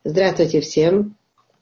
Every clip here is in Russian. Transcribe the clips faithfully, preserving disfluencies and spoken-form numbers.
Здравствуйте всем.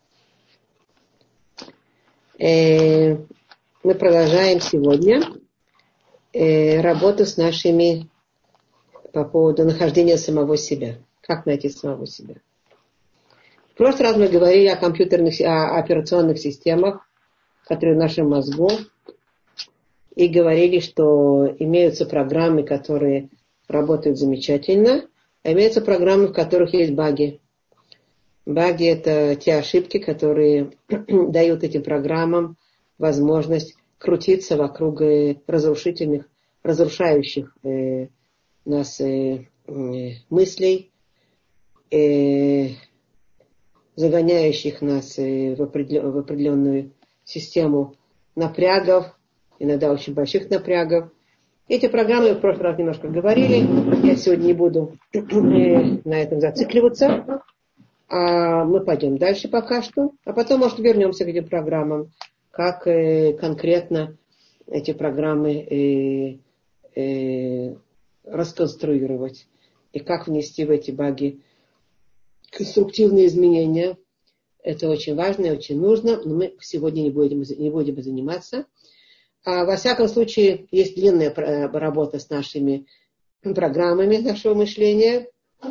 Э, мы продолжаем сегодня э, работу с нашими по поводу нахождения самого себя. Как найти самого себя. В прошлый раз мы говорили о компьютерных, о операционных системах, которые в нашем мозгу, и говорили, что имеются программы, которые работают замечательно, а имеются программы, в которых есть баги. Баги – это те ошибки, которые дают этим программам возможность крутиться вокруг разрушительных, разрушающих э, нас э, э, мыслей, э, загоняющих нас э, в, определен, в определенную систему напрягов, иногда очень больших напрягов. Эти программы в прошлый раз немножко говорили, я сегодня не буду э, на этом зацикливаться. А мы пойдем дальше пока что, а потом, может, вернемся к этим программам, как э, конкретно эти программы э, э, расконструировать и как внести в эти баги конструктивные изменения. Это очень важно и очень нужно, но мы сегодня не будем, не будем заниматься. А во всяком случае, есть длинная работа с нашими программами нашего мышления.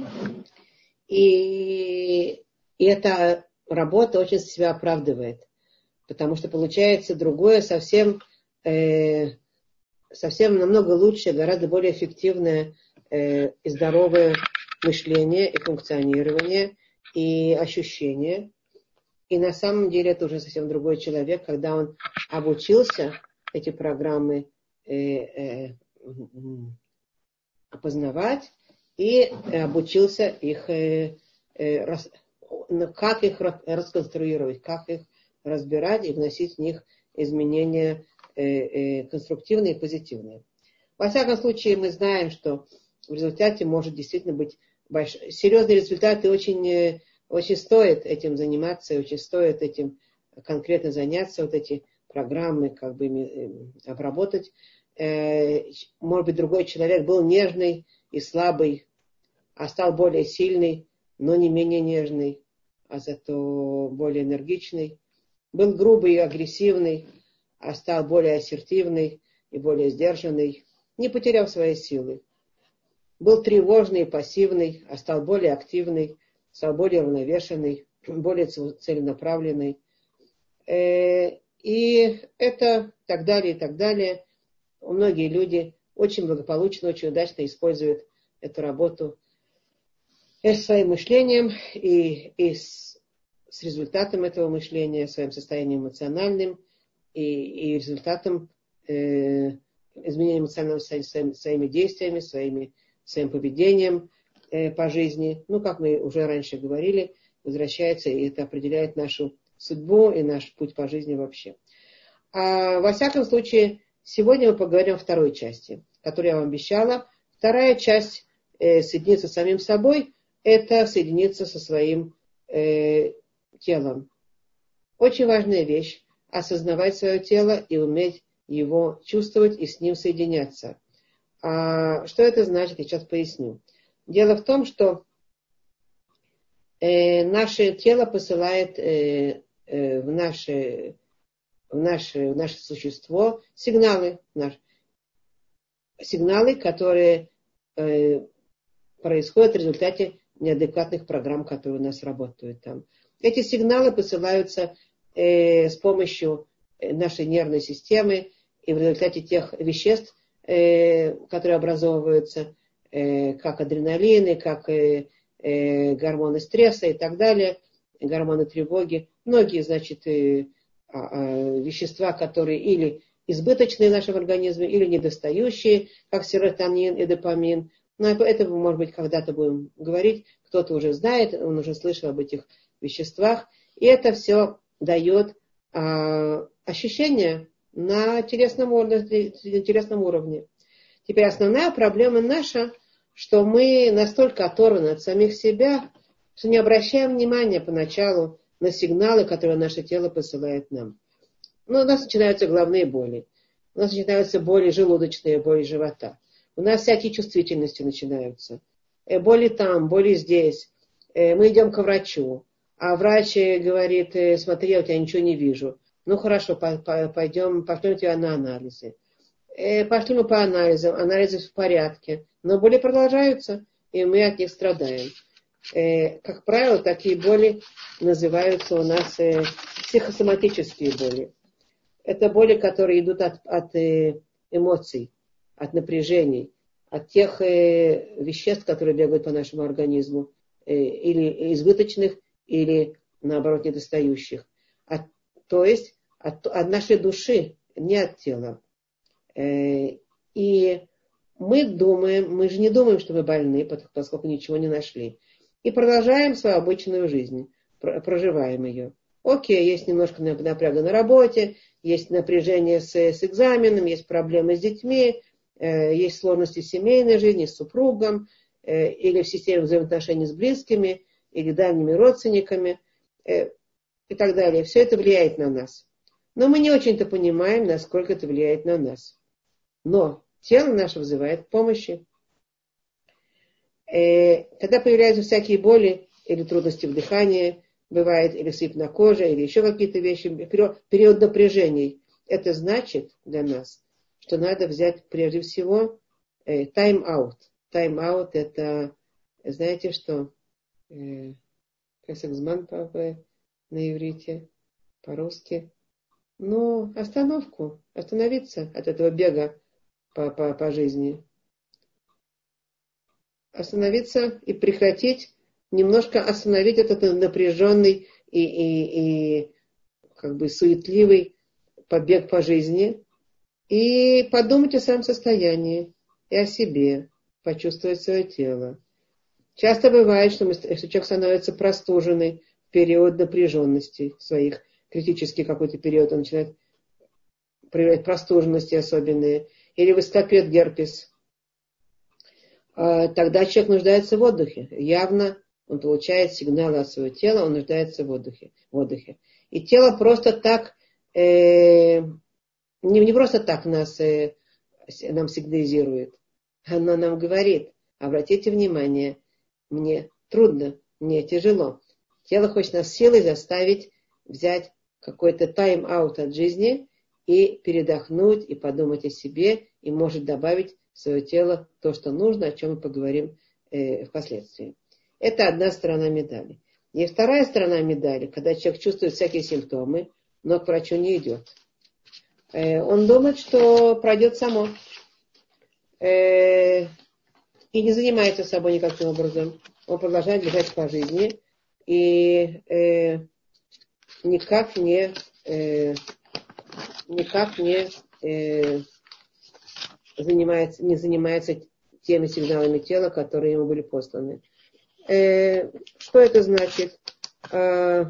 И, и эта работа очень себя оправдывает, потому что получается другое, совсем, э, совсем намного лучше, гораздо более эффективное э, и здоровое мышление и функционирование и ощущение. И на самом деле это уже совсем другой человек, когда он обучился эти программы э, э, опознавать, и обучился их, э, э, рас, как их расконструировать, как их разбирать и вносить в них изменения э, э, конструктивные и позитивные. Во всяком случае, мы знаем, что в результате может действительно быть больш... серьезные результаты, очень, э, очень стоит этим заниматься, очень стоит этим конкретно заняться, вот эти программы как бы э, обработать. Э, может быть, другой человек был нежный и слабый, а стал более сильный, но не менее нежный, а зато более энергичный. Был грубый и агрессивный, а стал более ассертивный и более сдержанный, не потеряв своей силы. Был тревожный и пассивный, а стал более активный, стал более уравновешенный, более целенаправленный. И это так далее и так далее. Многие люди очень благополучно, очень удачно используют эту работу и своим мышлением, и, и с, с результатом этого мышления, своим состоянием эмоциональным, и, и результатом э, изменения эмоционального состояния своими, своими действиями, своими, своим поведением э, по жизни. Ну, как мы уже раньше говорили, возвращается, и это определяет нашу судьбу и наш путь по жизни вообще. А, во всяком случае, сегодня мы поговорим о второй части, которую я вам обещала. Вторая часть э, соединиться с самим собой, это соединиться со своим э, телом. Очень важная вещь – осознавать свое тело и уметь его чувствовать и с ним соединяться. А что это значит, я сейчас поясню. Дело в том, что э, наше тело посылает э, э, в, наше, в, наше, в наше существо сигналы, наш, сигналы, которые э, происходят в результате неадекватных программ, которые у нас работают там. Эти сигналы посылаются э, с помощью нашей нервной системы и в результате тех веществ, э, которые образовываются, э, как адреналины, как э, э, гормоны стресса и так далее, гормоны тревоги. Многие, значит, э, э, вещества, которые или избыточные в нашем организме, или недостающие, как серотонин и допамин. Но это, может быть, когда-то будем говорить. Кто-то уже знает, он уже слышал об этих веществах. И это все дает а, ощущение на телесном, уровне, на телесном уровне. Теперь основная проблема наша, что мы настолько оторваны от самих себя, что не обращаем внимания поначалу на сигналы, которые наше тело посылает нам. Ну, у нас начинаются головные боли. У нас начинаются боли желудочные, боли живота. У нас всякие чувствительности начинаются. Боли там, боли здесь. Мы идем к врачу. А врач говорит, смотри, я у тебя ничего не вижу. Ну хорошо, пойдем, пошлем тебя на анализы. Пошли мы по анализам, анализы в порядке, но боли продолжаются, и мы от них страдаем. Как правило, такие боли называются у нас психосоматические боли. Это боли, которые идут от, от эмоций, от напряжений, от тех веществ, которые бегают по нашему организму, или избыточных, или, наоборот, недостающих. От, то есть от, от нашей души, не от тела. И мы думаем, мы же не думаем, что мы больны, поскольку ничего не нашли. И продолжаем свою обычную жизнь, проживаем ее. Окей, есть немножко напряга на работе, есть напряжение с, с экзаменом, есть проблемы с детьми, есть сложности в семейной жизни, с супругом, или в системе взаимоотношений с близкими, или дальними родственниками, и так далее. Все это влияет на нас. Но мы не очень-то понимаем, насколько это влияет на нас. Но тело наше вызывает помощи. Когда появляются всякие боли или трудности в дыхании, бывает или сыпь на коже, или еще какие-то вещи, период напряжений, это значит для нас, что надо взять прежде всего тайм-аут. Тайм-аут это, знаете что, кэсэкзман на иврите, по-русски. Ну, остановку, остановиться от этого бега по, по, по жизни. Остановиться и прекратить, немножко остановить этот напряженный и, и, и как бы суетливый побег по жизни и подумать о своем состоянии и о себе, почувствовать свое тело. Часто бывает, что, мы, что человек становится простуженный в период напряженности своих, критический какой-то период, он начинает проявлять простуженности особенные, или выступает герпес. Тогда человек нуждается в отдыхе. Явно он получает сигналы от своего тела, он нуждается в отдыхе. В отдыхе. И тело просто так, э, не, не просто так нас, э, нам сигнализирует. Оно нам говорит, обратите внимание, мне трудно, мне тяжело. Тело хочет нас силой заставить взять какой-то тайм-аут от жизни и передохнуть, и подумать о себе, и может добавить в свое тело то, что нужно, о чем мы поговорим э, впоследствии. Это одна сторона медали. И вторая сторона медали, когда человек чувствует всякие симптомы, но к врачу не идет. Э, он думает, что пройдет само. Э, и не занимается собой никаким образом. Он продолжает бежать по жизни и э, никак не, э, никак не, э, занимается, не занимается теми сигналами тела, которые ему были посланы. Э, что это значит? Э,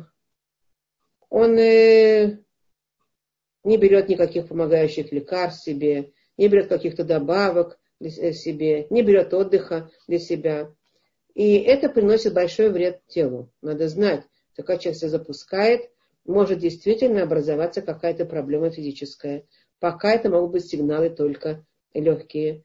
он э, не берет никаких помогающих лекарств себе, не берет каких-то добавок для себе, не берет отдыха для себя. И это приносит большой вред телу. Надо знать, что когда человек себя запускает, может действительно образоваться какая-то проблема физическая. Пока это могут быть сигналы только легкие,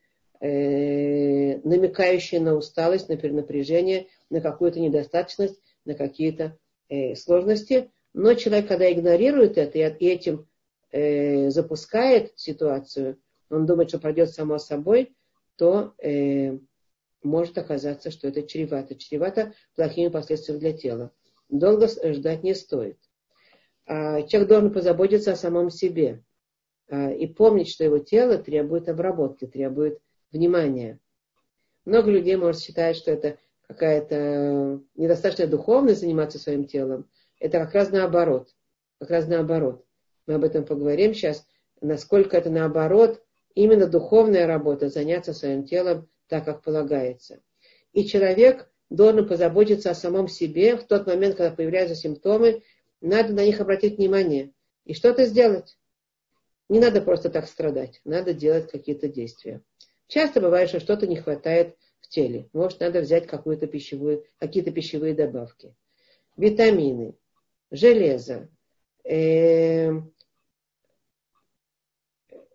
э, намекающие на усталость, на перенапряжение, на какую-то недостаточность, на какие-то э, сложности. Но человек, когда игнорирует это и этим э, запускает ситуацию, он думает, что пройдет само собой, то э, может оказаться, что это чревато. Чревато плохими последствиями для тела. Долго ждать не стоит. А человек должен позаботиться о самом себе. А, и помнить, что его тело требует обработки, требует внимания. Много людей, может, считать, что это какая-то недостаточная духовность заниматься своим телом. Это как раз наоборот. Как раз наоборот. Мы об этом поговорим сейчас. Насколько это наоборот. Именно духовная работа, заняться своим телом так, как полагается. И человек должен позаботиться о самом себе в тот момент, когда появляются симптомы, надо на них обратить внимание и что-то сделать. Не надо просто так страдать, надо делать какие-то действия. Часто бывает, что что-то не хватает в теле. Может, надо взять какую-то пищевую, какие-то пищевые добавки. Витамины, железо, э,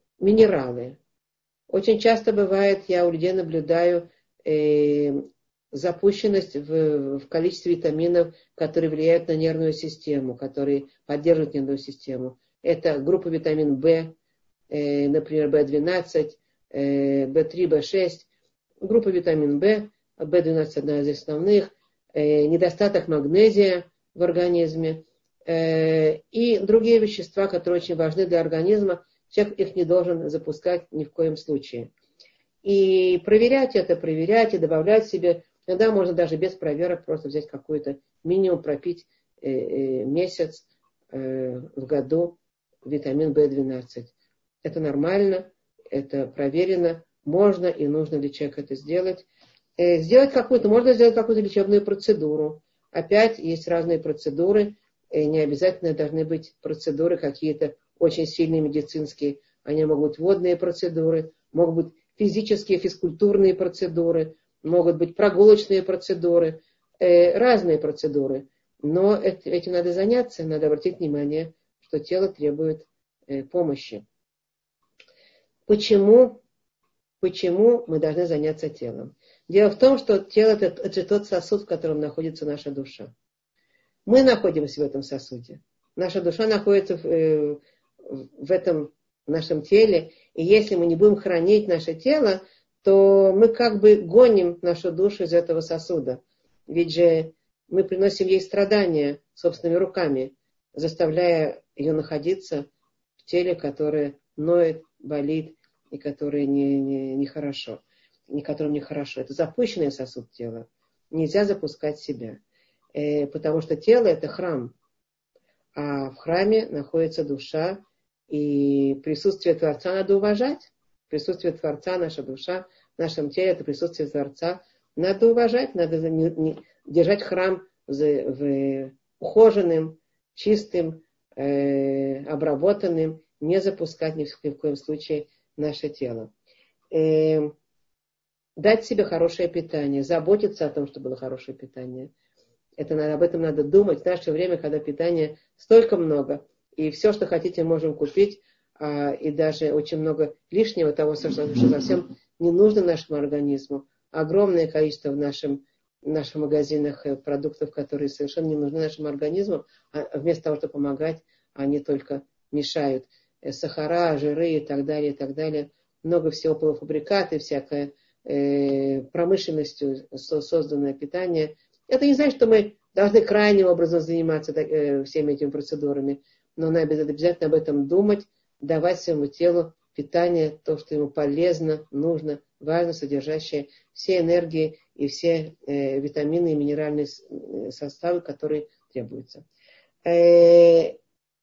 минералы. Очень часто бывает, я у людей наблюдаю, э, запущенность в, в количестве витаминов, которые влияют на нервную систему, которые поддерживают нервную систему. Это группа витамин В, э, например, бэ двенадцать, э, бэ три, бэ шесть. Группа витамин В, бэ двенадцать одна из основных, э, недостаток магнезия в организме э, и другие вещества, которые очень важны для организма. Человек их не должен запускать ни в коем случае. И проверять это, проверять и добавлять себе. Иногда можно даже без проверок просто взять какой-то минимум, пропить э, э, месяц э, в году витамин бэ двенадцать. Это нормально, это проверено, можно и нужно для человека это сделать. Э, сделать какую-то, можно сделать какую-то лечебную процедуру. Опять есть разные процедуры, э, не обязательно должны быть процедуры какие-то очень сильные медицинские. Они могут быть водные процедуры, могут быть физические, физкультурные процедуры, могут быть прогулочные процедуры, э, разные процедуры. Но это, этим надо заняться, надо обратить внимание, что тело требует э, помощи. Почему, почему мы должны заняться телом? Дело в том, что тело это, это тот сосуд, в котором находится наша душа. Мы находимся в этом сосуде. Наша душа находится в, э, в этом нашем теле. И если мы не будем хранить наше тело, то мы как бы гоним нашу душу из этого сосуда. Ведь же мы приносим ей страдания собственными руками, заставляя ее находиться в теле, которое ноет, болит и которое не, не, не хорошо, и которым нехорошо. Это запущенный сосуд тела. Нельзя запускать себя. Э, потому что тело это храм. А в храме находится душа, и присутствие Творца надо уважать. Присутствие Творца, наша душа в нашем теле, это присутствие Творца. Надо уважать, надо не, не, держать храм в, в, ухоженным, чистым, э, обработанным, не запускать ни в, ни в коем случае наше тело. Э, дать себе хорошее питание, заботиться о том, чтобы было хорошее питание. Это надо, об этом надо думать в наше время, когда питания столько много, и все, что хотите, можем купить, а, и даже очень много лишнего того, что, что совсем не нужно нашему организму. Огромное количество в, нашем, в наших магазинах продуктов, которые совершенно не нужны нашему организму, а вместо того, чтобы помогать, они только мешают. Сахара, жиры и так далее, и так далее. Много всего полуфабрикаты, всякое э, промышленностью созданное питание. Это не значит, что мы должны крайним образом заниматься э, всеми этими процедурами, но надо обязательно об этом думать, давать своему телу питание, то, что ему полезно, нужно, важно, содержащее все энергии и все э, витамины и минеральные составы, которые требуются. Э,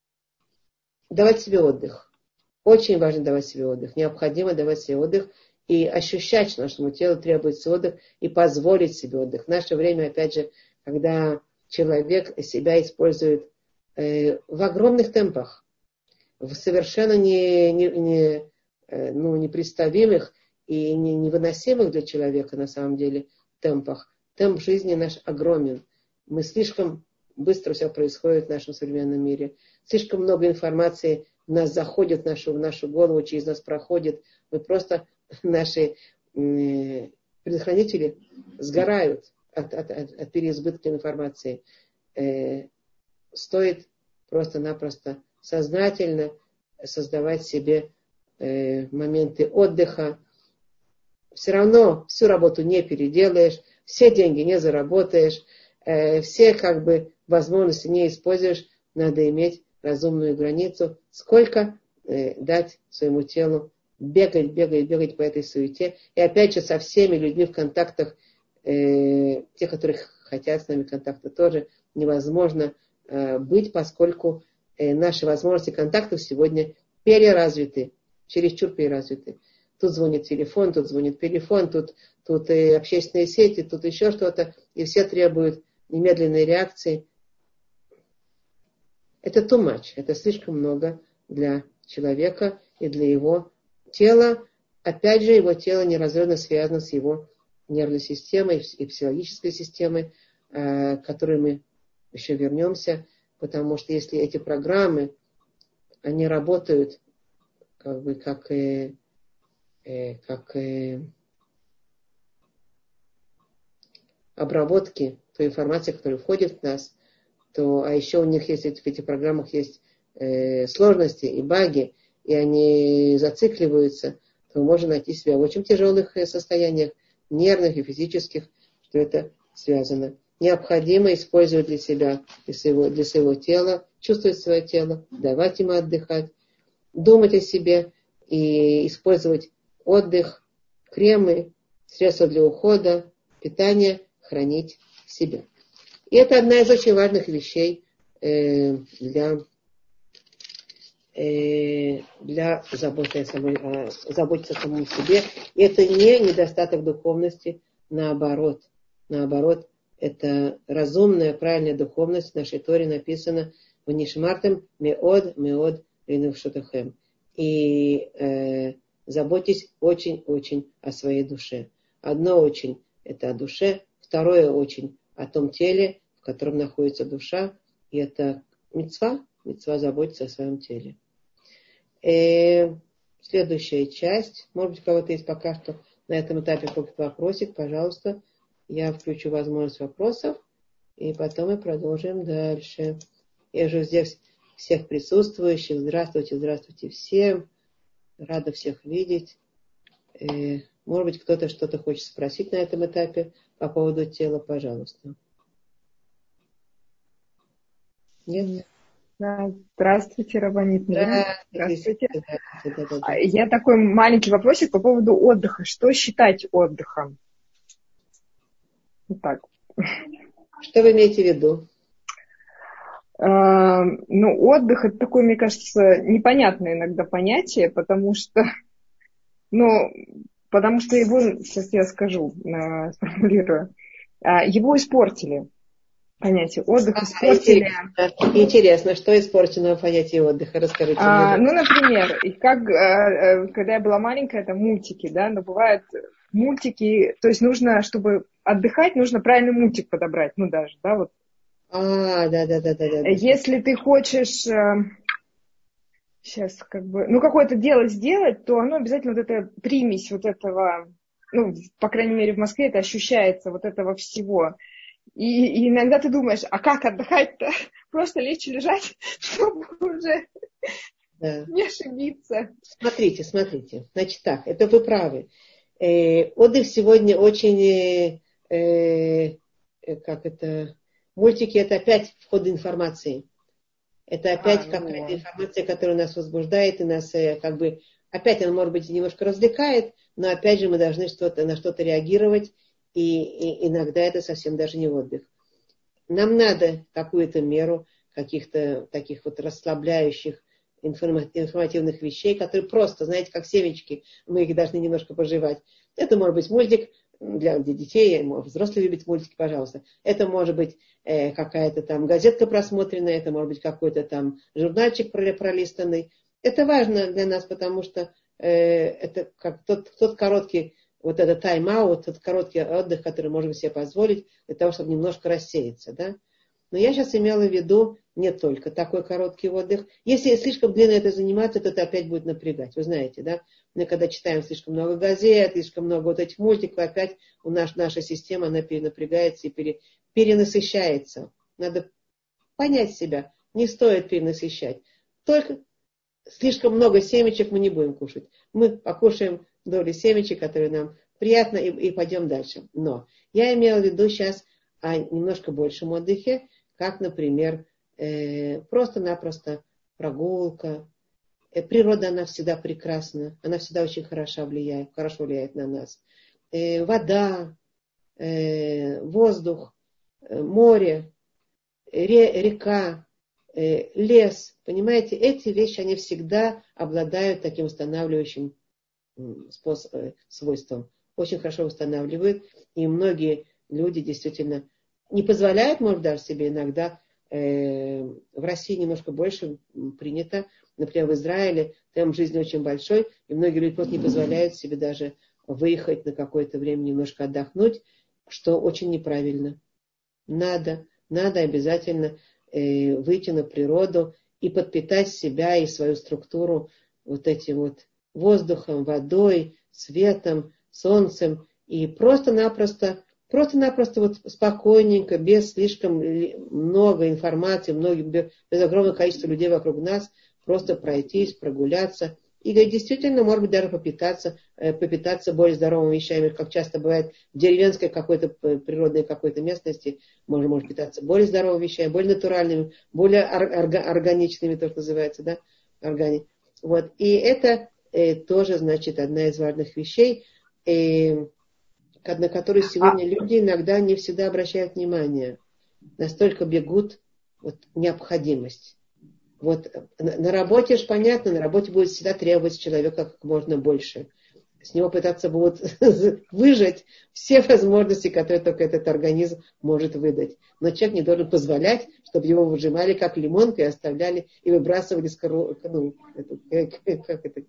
давать себе отдых. Очень важно давать себе отдых. Необходимо давать себе отдых и ощущать, что нашему телу требуется отдых, и позволить себе отдых. В наше время, опять же, когда человек себя использует э, в огромных темпах, в совершенно не, не, не, э, ну, непредставимых и не, невыносимых для человека на самом деле темпах. Темп жизни наш огромен. Мы слишком быстро все происходит в нашем современном мире. Слишком много информации в нас заходит, в нашу, в нашу голову, через нас проходит. Мы просто, наши э, предохранители сгорают от, от, от, от переизбытка информации. Э, стоит просто-напросто сознательно создавать себе э, моменты отдыха. Все равно всю работу не переделаешь, все деньги не заработаешь, э, все как бы возможности не используешь. Надо иметь разумную границу, сколько э, дать своему телу бегать, бегать, бегать по этой суете. И опять же со всеми людьми в контактах, э, те, которые хотят с нами контакта, тоже невозможно э, быть, поскольку э, наши возможности контактов сегодня переразвиты, чересчур переразвиты. Тут звонит телефон, тут звонит телефон, тут, тут и общественные сети, тут еще что-то, и все требуют немедленной реакции. Это too much, это слишком много для человека и для его тела. Опять же, его тело неразрывно связано с его нервной системой и психологической системой, к которой мы еще вернемся, потому что если эти программы, они работают как бы как, э, э, как, э, обработки той информации, которая входит в нас, то, а еще у них есть, в этих программах есть э, сложности и баги, и они зацикливаются, то можно найти себя в очень тяжелых состояниях, нервных и физических, что это связано. Необходимо использовать для себя, для своего, для своего тела, чувствовать свое тело, давать ему отдыхать, думать о себе и использовать отдых, кремы, средства для ухода, питание, хранить себя. И это одна из очень важных вещей э, для, э, для заботы о самой, о, заботиться о самом себе. И это не недостаток духовности, наоборот. Наоборот, это разумная, правильная духовность. В нашей Торе написано «Ванишмартем меод, меод ринувшутахем». И э, заботьтесь очень-очень о своей душе. Одно очень – это о душе, второе очень – о том теле, в котором находится душа, и это мицва, мицва заботиться о своем теле. И следующая часть, может быть, у кого-то есть пока что на этом этапе какой-то вопросик, пожалуйста, я включу возможность вопросов, и потом мы продолжим дальше. Я уже здесь всех присутствующих, здравствуйте, здравствуйте всем, рада всех видеть. И, может быть, кто-то что-то хочет спросить на этом этапе по поводу тела, пожалуйста. Нет? Да, здравствуйте, Рабанит Мира. Здравствуйте. Здравствуйте. Да, да, да, да. Я такой маленький вопросик по поводу отдыха. Что считать отдыхом? Вот так. Что вы имеете в виду? А, ну, отдых — это такое, мне кажется, непонятное иногда понятие, потому что, ну, потому что его, сейчас я скажу, сформулирую, его испортили. Понятие отдыха испортили. Интересно, интересно, что испорчено в понятии отдыха? Расскажите А, мне. ну, например, и как, когда я была маленькая, это мультики, да, но бывают мультики, то есть нужно, чтобы отдыхать, нужно правильный мультик подобрать, ну, даже, да, вот. А, да, да, да, да, да. Если ты хочешь сейчас как бы, ну, какое-то дело сделать, то оно обязательно вот эта примесь вот этого, ну, по крайней мере, в Москве это ощущается, вот этого всего. И, и иногда ты думаешь, а как отдыхать-то? Просто лечь и лежать, чтобы уже да. не ошибиться. Смотрите, смотрите. Значит так, это вы правы. Э, отдых сегодня очень, э, э, как это, мультики это опять вход информации. Это опять а, какая-то ну. информация, которая нас возбуждает и нас э, как бы, опять она, может быть, немножко развлекает, но опять же мы должны что-то, на что-то реагировать. И, и иногда это совсем даже не отдых. Нам надо какую-то меру каких-то таких вот расслабляющих информативных вещей, которые просто, знаете, как семечки, мы их должны немножко пожевать. Это может быть мультик для, для детей, взрослые любят мультики, пожалуйста. Это может быть э, какая-то там газетка просмотренная, это может быть какой-то там журнальчик пролистанный. Это важно для нас, потому что э, это как тот, тот короткий вот этот тайм-аут, тот короткий отдых, который можем себе позволить для того, чтобы немножко рассеяться, да. Но я сейчас имела в виду не только такой короткий отдых. Если слишком длинно это заниматься, то это опять будет напрягать. Вы знаете, да? Мы когда читаем слишком много газет, слишком много вот этих мультиков, опять у нас, наша система, она перенапрягается и пере, перенасыщается. Надо понять себя. Не стоит перенасыщать. Только слишком много семечек мы не будем кушать. Мы покушаем доли семечек, которые нам приятно, и, и пойдем дальше. Но я имела в виду сейчас о немножко большем отдыхе, как, например, э, просто-напросто прогулка. Э, природа, она всегда прекрасна, она всегда очень хорошо влияет, хорошо влияет на нас. Э, вода, э, воздух, э, море, ре, река, э, лес. Понимаете, эти вещи, они всегда обладают таким восстанавливающим способ, свойством. Очень хорошо восстанавливают. И многие люди действительно не позволяют, может, даже себе иногда. Э, в России немножко больше принято. Например, в Израиле темп жизни очень большой. И многие люди просто не позволяют себе даже выехать на какое-то время, немножко отдохнуть, что очень неправильно. Надо, надо обязательно э, выйти на природу и подпитать себя и свою структуру вот этим вот воздухом, водой, светом, солнцем и просто-напросто Просто-напросто вот спокойненько, без слишком много информации, много, без огромного количества людей вокруг нас, просто пройтись, прогуляться. И действительно, может быть, даже попитаться, попитаться более здоровыми вещами, как часто бывает в деревенской какой-то природной какой-то местности. Можно, может питаться более здоровыми вещами, более натуральными, более органичными, то, что называется, да, органи. Вот. И это э, тоже, значит, одна из важных вещей, э, на которые сегодня люди иногда не всегда обращают внимание. Настолько бегут вот, необходимость. Вот на работе же понятно, на работе будет всегда требовать с человека как можно больше. С него пытаться будут выжать все возможности, которые только этот организм может выдать. Но человек не должен позволять, чтобы его выжимали как лимонку и оставляли, и выбрасывали скору, ну, эту, как это,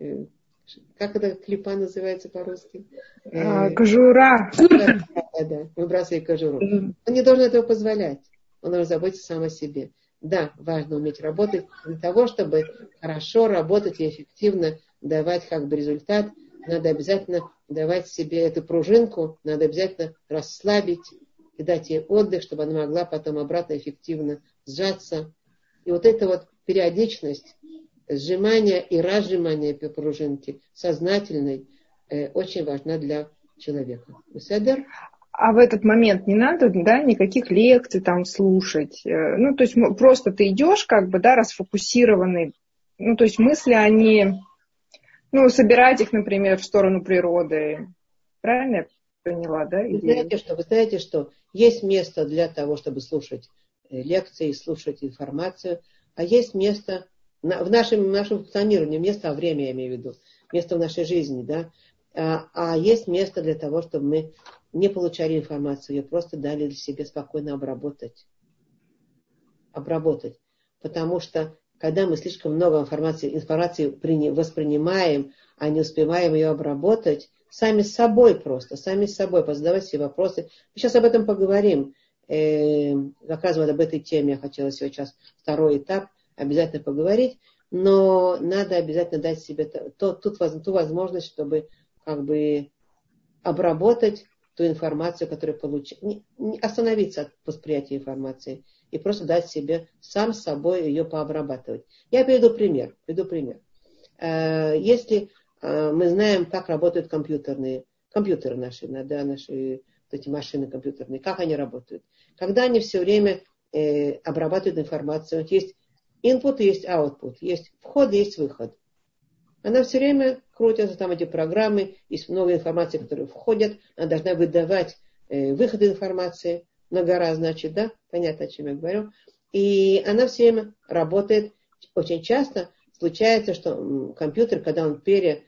как это клипа называется по-русски? А, кожура. Да, да, да, выбрасывали кожуру. Он не должен этого позволять. Он должен заботиться сам о себе. Да, важно уметь работать для того, чтобы хорошо работать и эффективно давать как бы результат. Надо обязательно давать себе эту пружинку, надо обязательно расслабить и дать ей отдых, чтобы она могла потом обратно эффективно сжаться. И вот эта вот периодичность сжимания и разжимания пружинки сознательной э, очень важна для человека. Усадер? А в этот момент не надо, да, никаких лекций там слушать. Ну, то есть просто ты идешь, как бы, да, расфокусированный. Ну, то есть мысли, они, ну, собирать их, например, в сторону природы. Правильно я поняла, да? Вы знаете, что, вы знаете, что есть место для того, чтобы слушать лекции, слушать информацию, а есть место на, в нашем, в нашем функционировании, место, а время я имею в виду, место в нашей жизни, да, а, а есть место для того, чтобы мы не получали информацию, ее просто дали себе спокойно обработать. Обработать. Потому что, когда мы слишком много информации, информации воспринимаем, а не успеваем ее обработать, сами с собой просто, сами с собой позадавать себе вопросы. Мы сейчас об этом поговорим. Э, как раз вот об этой теме я хотела сейчас второй этап обязательно поговорить, но надо обязательно дать себе то, тут, ту возможность, чтобы как бы обработать ту информацию, которую получил, не, не остановиться от восприятия информации и просто дать себе сам с собой ее пообрабатывать. Я приведу пример. Приведу пример. Если мы знаем, как работают компьютерные, компьютеры наши, да, наши вот эти машины компьютерные, как они работают. Когда они все время э, обрабатывают информацию, вот есть input, есть output, есть вход, есть выход. Она все время крутится, там эти программы, есть много информации, которые входят, она должна выдавать э, выход информации, много раз, значит, да, понятно, о чем я говорю. И она все время работает. Очень часто случается, что компьютер, когда он пере,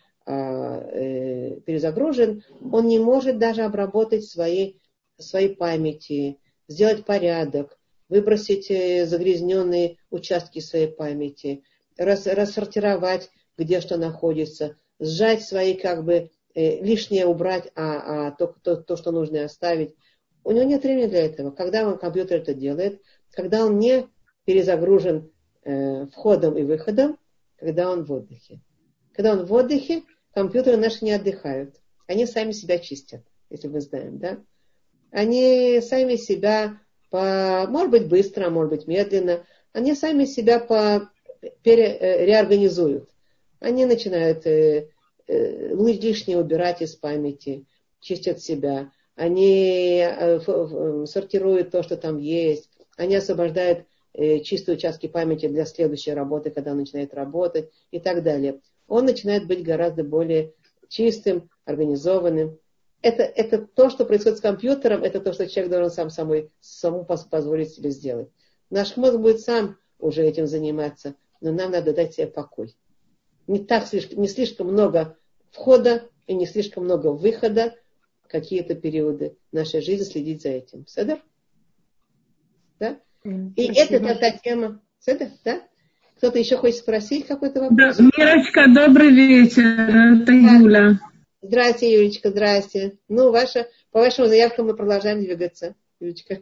э, перезагружен, он не может даже обработать свои, свои памяти, сделать порядок, выбросить загрязненные участки своей памяти, рас, рассортировать, где что находится, сжать свои, как бы, э, лишнее убрать, а, а то, то, то, что нужно оставить. У него нет времени для этого. Когда он, компьютер это делает, когда он не перезагружен э, входом и выходом, когда он в отдыхе. Когда он в отдыхе, компьютеры наши не отдыхают. Они сами себя чистят, если мы знаем, да? Они сами себя, по, может быть, быстро, а может быть, медленно, они сами себя по, пере, э, реорганизуют. Они начинают э, э, лишнее убирать из памяти, чистят себя. Они э, э, сортируют то, что там есть. Они освобождают э, чистые участки памяти для следующей работы, когда он начинает работать и так далее. Он начинает быть гораздо более чистым, организованным. Это, это то, что происходит с компьютером, это то, что человек должен сам самой, самому позволить себе сделать. Наш мозг будет сам уже этим заниматься, но нам надо дать себе покой. Не, так, не слишком много входа и не слишком много выхода, какие-то периоды нашей жизни следить за этим. Седер? Да? Mm, и спасибо. Это та тема. Седер, да? Кто-то еще хочет спросить какой-то вопрос? Да, Мирочка, добрый вечер. Это да. Юля. Здрасте, Юлечка, здрасте. Ну, ваша, по вашим заявкам мы продолжаем двигаться, Юлечка.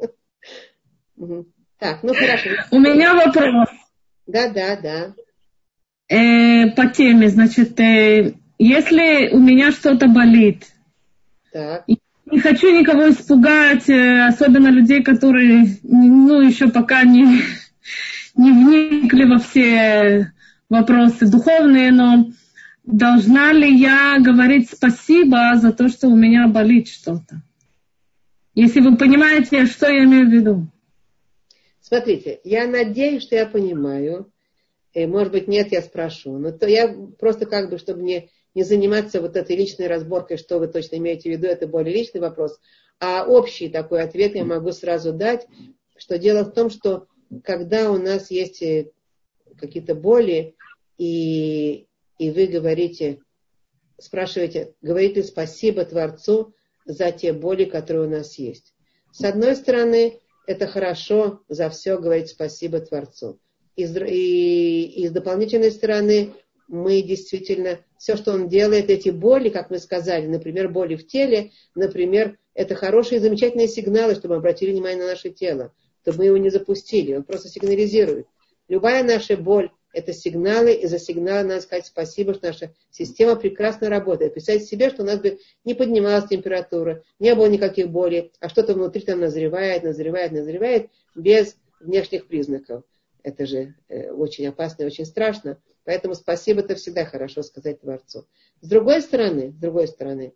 Так, ну хорошо. У меня вопрос. Да, да, да. Э, по теме, значит, э, если у меня что-то болит, так. Не хочу никого испугать, особенно людей, которые, ну, еще пока не, не вникли во все вопросы духовные, но должна ли я говорить спасибо за то, что у меня болит что-то? Если вы понимаете, что я имею в виду. Смотрите, я надеюсь, что я понимаю. И, может быть, нет, я спрошу. Но то я просто как бы, чтобы не, не заниматься вот этой личной разборкой, что вы точно имеете в виду, это более личный вопрос. А общий такой ответ я могу сразу дать, что дело в том, что когда у нас есть какие-то боли, и, и вы говорите, спрашиваете, говорите спасибо Творцу за те боли, которые у нас есть. С одной стороны, это хорошо за все говорить спасибо Творцу. И, и, и с дополнительной стороны, мы действительно, все, что он делает, эти боли, как мы сказали, например, боли в теле, например, это хорошие, замечательные сигналы, чтобы мы обратили внимание на наше тело, чтобы мы его не запустили, он просто сигнализирует. Любая наша боль – это сигналы, и за сигналы надо сказать спасибо, что наша система прекрасно работает. Представьте себе, что у нас бы не поднималась температура, не было никаких болей, а что-то внутри там назревает, назревает, назревает, без внешних признаков. Это же э, очень опасно и очень страшно. Поэтому спасибо, это всегда хорошо сказать Творцу. С другой стороны, с другой стороны,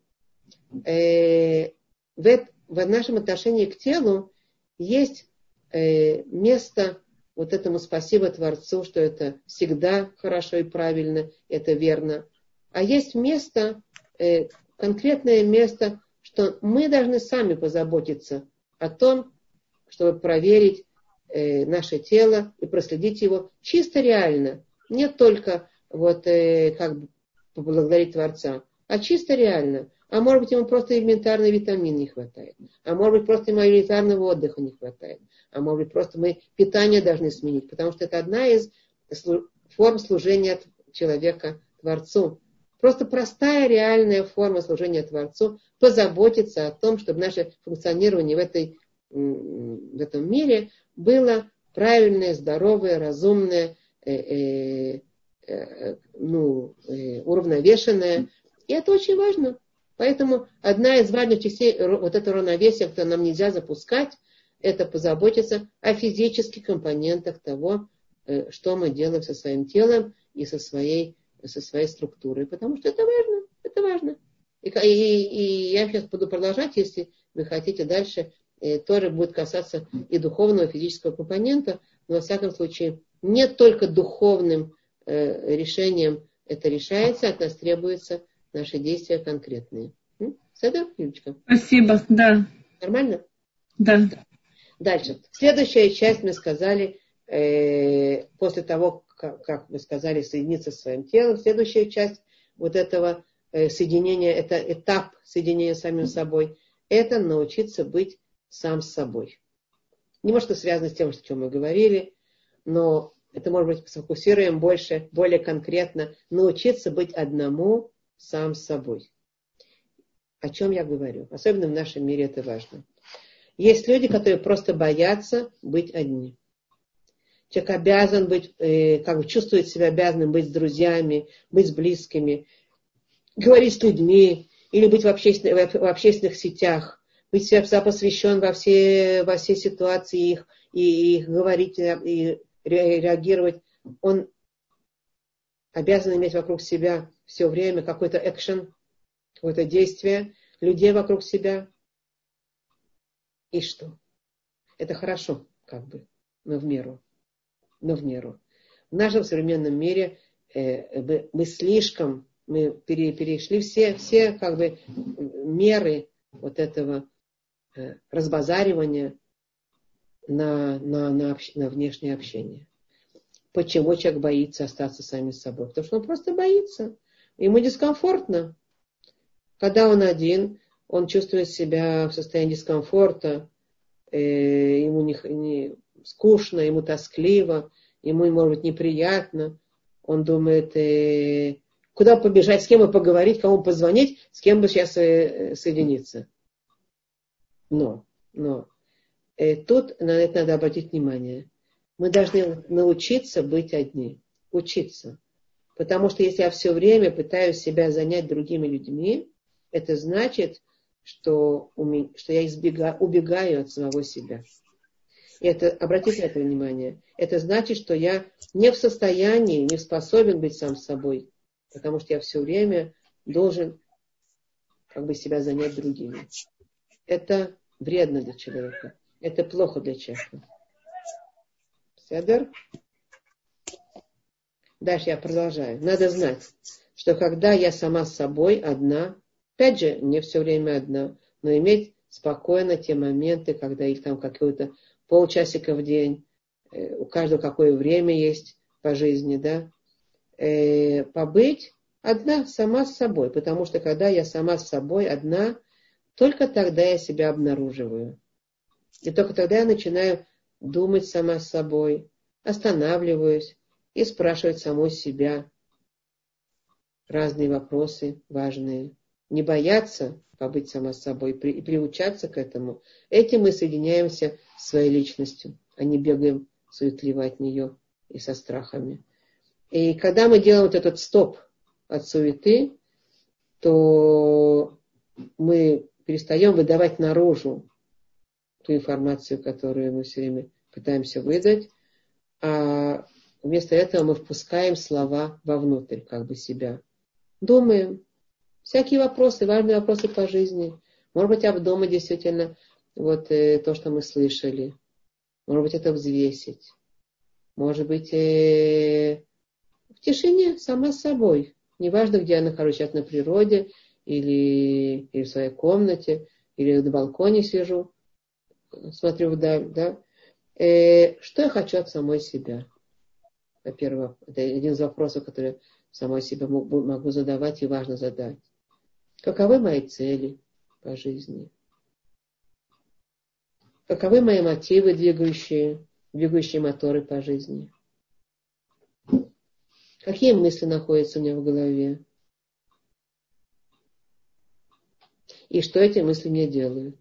э, в, в нашем отношении к телу есть э, место вот этому спасибо Творцу, что это всегда хорошо и правильно, это верно. А есть место, э, конкретное место, что мы должны сами позаботиться о том, чтобы проверить э, наше тело и проследить его чисто реально. Не только вот э, как бы поблагодарить Творца, а чисто реально. А может быть, ему просто элементарный витамин не хватает. А может быть, просто ему элементарного отдыха не хватает. А может быть, просто мы питание должны сменить. Потому что это одна из форм служения человека Творцу. Просто простая, реальная форма служения Творцу. Позаботиться о том, чтобы наше функционирование в, этой, в этом мире было правильное, здоровое, разумное, э, э, э, ну, э, уравновешенное. И это очень важно. Поэтому одна из важных частей вот этого равновесия, которое нам нельзя запускать, это позаботиться о физических компонентах того, что мы делаем со своим телом и со своей, со своей структурой. Потому что это важно. Это важно. И, и, и я сейчас буду продолжать, если вы хотите дальше, тоже будет касаться и духовного, и физического компонента. Но во всяком случае, не только духовным решением это решается, от нас требуется наши действия конкретные. Сада, Юлечка? Спасибо, да. Нормально? Да. Дальше. Следующая часть мы сказали, э, после того, как, как мы сказали, соединиться со своим телом. Следующая часть вот этого э, соединения, это этап соединения с самим собой, это научиться быть сам с собой. Не может, это связано с тем, о чем мы говорили, но это, может быть, сфокусируем больше, более конкретно, научиться быть одному сам с собой. О чем я говорю? Особенно в нашем мире это важно. Есть люди, которые просто боятся быть одни. Человек обязан быть, э, как бы чувствует себя обязанным быть с друзьями, быть с близкими, говорить с людьми, или быть в общественных, в общественных сетях, быть себя посвящен во все, во все ситуации их, и, и говорить, и реагировать. Он обязан иметь вокруг себя все время какой-то экшен, какое-то действие, людей вокруг себя. И что? Это хорошо, как бы, но в меру. Но в меру. В нашем современном мире э, мы, мы слишком, мы пере, перешли все, все как бы меры вот этого э, разбазаривания на, на, на, общ, на внешнее общение. Почему человек боится остаться сами с собой? Потому что он просто боится. Ему дискомфортно. Когда он один, он чувствует себя в состоянии дискомфорта, э, ему не, не скучно, ему тоскливо, ему, может быть, неприятно. Он думает, э, куда побежать, с кем бы поговорить, кому позвонить, с кем бы сейчас э, соединиться. Но, но э, тут на это надо обратить внимание. Мы должны научиться быть одни. Учиться. Потому что если я все время пытаюсь себя занять другими людьми, это значит, что, у меня, что я избегаю, убегаю от самого себя. И это, обратите на это внимание, это значит, что я не в состоянии, не способен быть сам собой, потому что я все время должен как бы себя занять другими. Это вредно для человека. Это плохо для человека. Седер? Дальше я продолжаю. Надо знать, что когда я сама с собой одна, опять же, не все время одна, но иметь спокойно те моменты, когда их там какое-то полчасика в день, э, у каждого какое время есть по жизни, да, э, побыть одна сама с собой, потому что когда я сама с собой одна, только тогда я себя обнаруживаю. И только тогда я начинаю думать сама с собой, останавливаюсь и спрашивать саму себя разные вопросы важные. Не бояться побыть сама с собой и приучаться к этому. Этим мы соединяемся с своей личностью, а не бегаем суетливо от нее и со страхами. И когда мы делаем вот этот стоп от суеты, то мы перестаем выдавать наружу ту информацию, которую мы все время пытаемся выдать, а вместо этого мы впускаем слова вовнутрь, как бы себя. Думаем. Всякие вопросы, важные вопросы по жизни. Может быть, об дома действительно вот э, то, что мы слышали. Может быть, это взвесить. Может быть, э, в тишине, сама с собой. Неважно, где я нахожусь, сейчас на природе, или, или в своей комнате, или на балконе сижу, смотрю вдаль, да. Э, что я хочу от самой себя? Во-первых, это один из вопросов, который самой себе могу, могу задавать и важно задать. Каковы мои цели по жизни? Каковы мои мотивы, двигающие, двигающие моторы по жизни? Какие мысли находятся у меня в голове? И что эти мысли мне делают?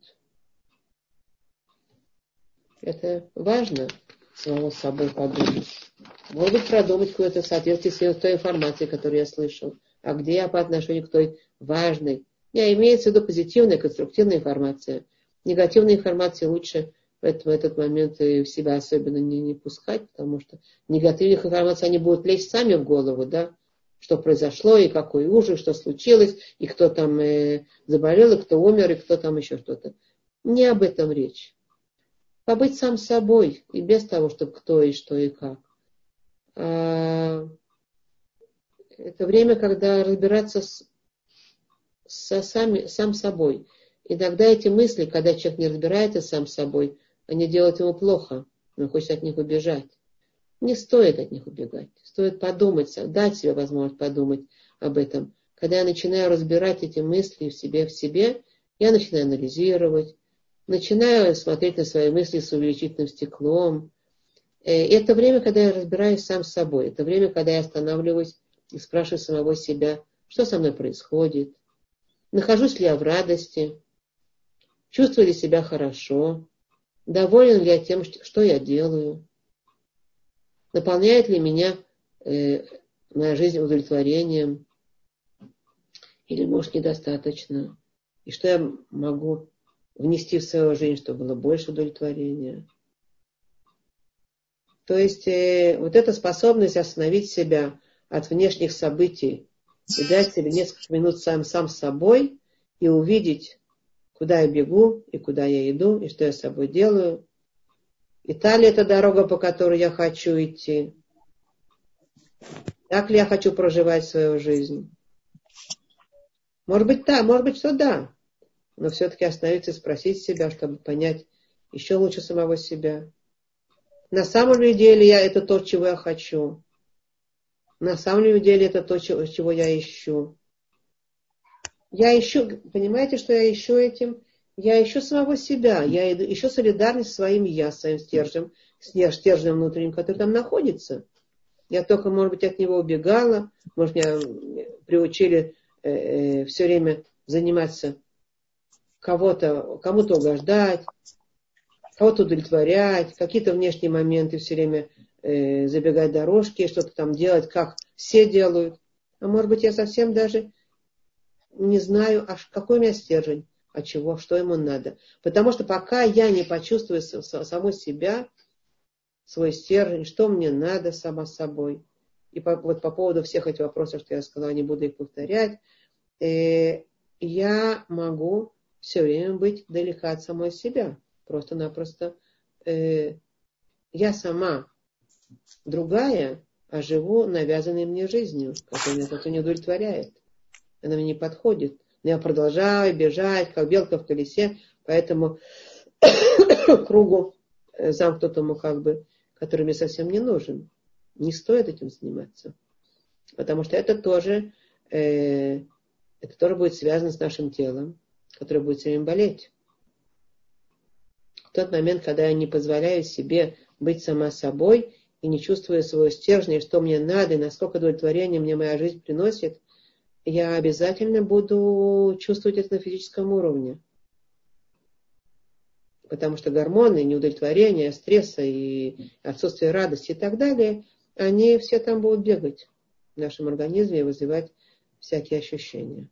Это важно самому с собой подумать. Может быть, продумать какое-то соответствие с той информацией, которую я слышал. А где я по отношению к той важной? Не, имеется в виду позитивная, конструктивная информация. Негативной информации лучше в этот, в этот момент в себя особенно не, не пускать, потому что негативных информаций они будут лезть сами в голову, да, что произошло, и какой ужас, что случилось, и кто там э, заболел, и кто умер, и кто там еще что-то. Не об этом речь. Побыть сам собой, и без того, чтобы кто и что и как. А, это время, когда разбираться с, со сами, сам собой. Иногда эти мысли, когда человек не разбирается сам собой, они делают ему плохо, он хочет от них убежать. Не стоит от них убегать. Стоит подумать, дать себе возможность подумать об этом. Когда я начинаю разбирать эти мысли в себе, в себе, я начинаю анализировать, начинаю смотреть на свои мысли с увеличительным стеклом. Это время, когда я разбираюсь сам с собой. Это время, когда я останавливаюсь и спрашиваю самого себя, что со мной происходит, нахожусь ли я в радости, чувствую ли себя хорошо, доволен ли я тем, что я делаю, наполняет ли меня э, моя жизнь удовлетворением, или, может, недостаточно, и что я могу внести в свою жизнь, чтобы было больше удовлетворения. То есть э, вот эта способность остановить себя от внешних событий и дать себе несколько минут сам, сам с собой и увидеть, куда я бегу, и куда я иду, и что я с собой делаю. И та ли это дорога, по которой я хочу идти? Так ли я хочу проживать свою жизнь? Может быть, да, может быть, что да. Но все-таки остановиться и спросить себя, чтобы понять еще лучше самого себя. На самом ли деле я это то, чего я хочу? На самом ли деле это то, чего, чего я ищу? Я ищу, понимаете, что я ищу этим? Я ищу самого себя, я ищу солидарность с своим я, своим стержнем, стержнем внутренним, который там находится. Я только, может быть, от него убегала, может, меня приучили э, э, все время заниматься кого-то, кому-то угождать, кого-то удовлетворять, какие-то внешние моменты все время э, забегать дорожки, что-то там делать, как все делают. А может быть, я совсем даже не знаю, аж какой у меня стержень. от чего, что ему надо. Потому что пока я не почувствую саму себя, свой стержень, что мне надо сама собой. И по, вот по поводу всех этих вопросов, что я сказала, не буду их повторять, э, я могу все время быть далека от самой себя. Просто-напросто э, я сама другая, а живу навязанной мне жизнью, которая меня как-то не удовлетворяет. Она мне не подходит. Но я продолжаю бежать, как белка в колесе, по этому кругу замкнутому, как бы, который мне совсем не нужен. Не стоит этим заниматься. Потому что это тоже, э, это тоже будет связано с нашим телом, которое будет все время болеть. В тот момент, когда я не позволяю себе быть сама собой и не чувствую своего стержня, что мне надо, и насколько удовлетворения мне моя жизнь приносит, я обязательно буду чувствовать это на физическом уровне. Потому что гормоны, неудовлетворение, стресса и отсутствие радости и так далее, они все там будут бегать в нашем организме и вызывать всякие ощущения.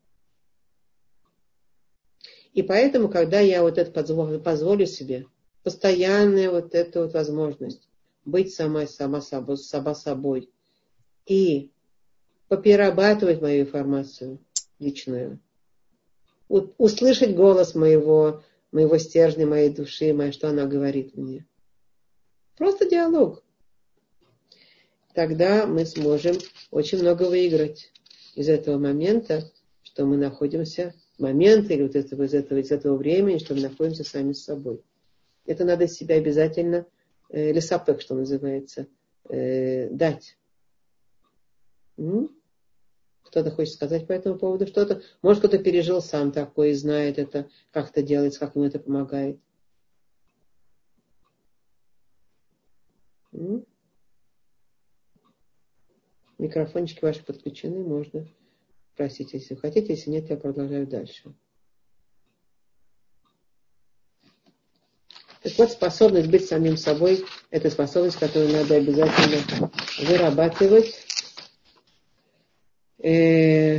И поэтому, когда я вот это позволю, позволю себе, постоянная вот эта вот возможность быть сама, сама, собой, сама собой и поперерабатывать мою информацию личную, услышать голос моего, моего стержня, моей души, моей, что она говорит мне. Просто диалог. Тогда мы сможем очень много выиграть из этого момента, что мы находимся в момент, или вот этого, из, этого, из этого времени, что мы находимся сами с собой. Это надо себя обязательно, э, лесапек, что называется, э, дать. М? Кто-то хочет сказать по этому поводу что-то. Может, кто-то пережил сам такое и знает это, как это делается, как ему это помогает. М? Микрофончики ваши подключены, можно спросить, если хотите. Если нет, я продолжаю дальше. Так вот, способность быть самим собой – это способность, которую надо обязательно вырабатывать. Э,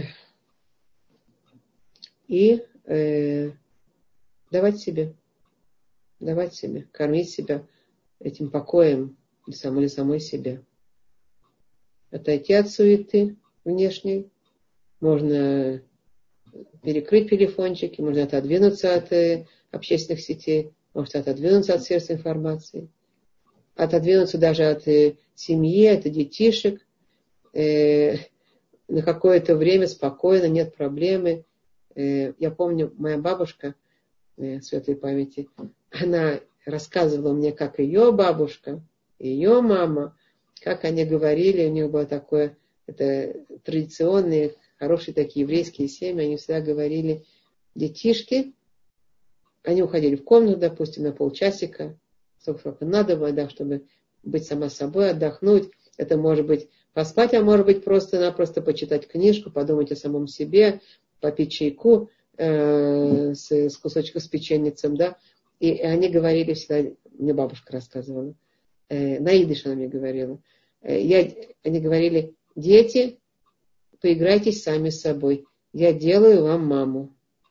и э, давать себе, давать себе, кормить себя этим покоем или самой, или самой себе. Отойти от суеты внешней, можно перекрыть телефончики, можно отодвинуться от э, общественных сетей, может отодвинуться от средств информации, отодвинуться даже от э, семьи, от детишек, э, на какое-то время спокойно, нет проблемы. Э, я помню, моя бабушка, э, светлой памяти, она рассказывала мне, как ее бабушка, ее мама, как они говорили, у них было такое, это традиционные, хорошие такие еврейские семьи, они всегда говорили, детишки, они уходили в комнату, допустим, на полчасика, сколько надо было, да, чтобы быть сама собой, отдохнуть. Это может быть поспать, а может быть просто-напросто почитать книжку, подумать о самом себе, попить чайку э, с, с кусочком с печеньицем, да. И они говорили всегда, мне бабушка рассказывала, э, на идиш она мне говорила, э, я, они говорили, дети, поиграйтесь сами с собой, я делаю вам маму.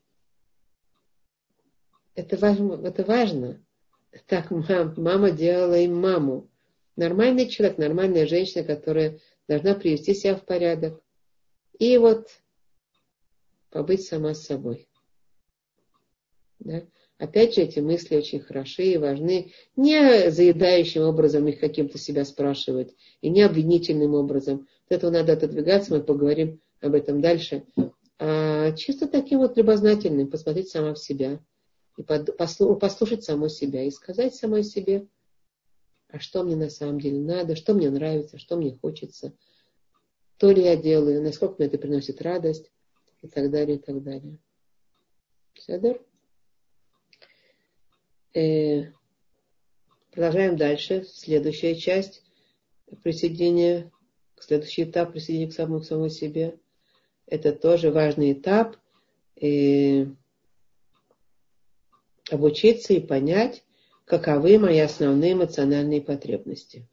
Это важно, это важно. Так мам, мама делала им маму. Нормальный человек, нормальная женщина, которая должна привести себя в порядок. И вот побыть сама с собой. Да? Опять же, эти мысли очень хороши и важны. Не заедающим образом их каким-то себя спрашивать. И не обвинительным образом. От этого надо отодвигаться, мы поговорим об этом дальше. А чисто таким вот любознательным, посмотреть сама в себя. И послушать саму себя. И сказать самой себе, а что мне на самом деле надо, что мне нравится, что мне хочется. То ли я делаю, насколько мне это приносит радость. И так далее, и так далее. Сядер? Э, продолжаем дальше. Следующая часть присоединения, следующий этап присоединения к самому, к самому себе. Это тоже важный этап. Э, обучиться и понять, каковы мои основные эмоциональные потребности.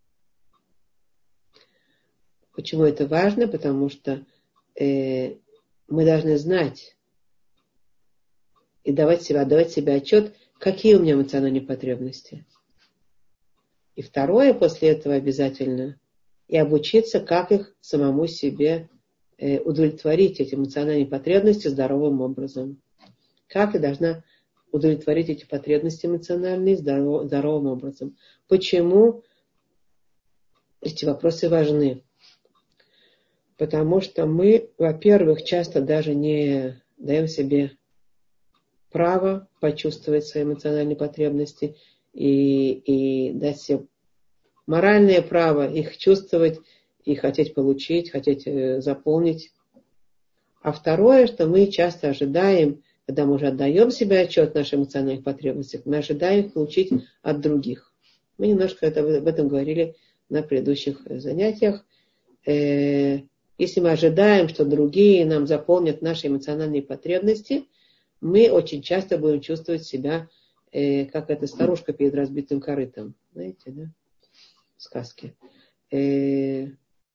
Почему это важно? Потому что э, мы должны знать, и давать себе, отдавать себе отчет, какие у меня эмоциональные потребности. И второе после этого обязательно, и обучиться, как их самому себе э, удовлетворить, эти эмоциональные потребности здоровым образом. Как я должна удовлетворить эти потребности эмоциональные здоров, здоровым образом. Почему эти вопросы важны? Потому что мы, во-первых, часто даже не даем себе право почувствовать свои эмоциональные потребности и, и дать себе моральное право их чувствовать и хотеть получить, хотеть э, заполнить. А второе, что мы часто ожидаем, когда мы уже отдаем себе отчет в наших эмоциональных потребностях, мы ожидаем их получить от других. Мы немножко это, об этом говорили на предыдущих занятиях. Э, если мы ожидаем, что другие нам заполнят наши эмоциональные потребности, мы очень часто будем чувствовать себя, э, как эта старушка перед разбитым корытом. Знаете, да? В сказке. Э,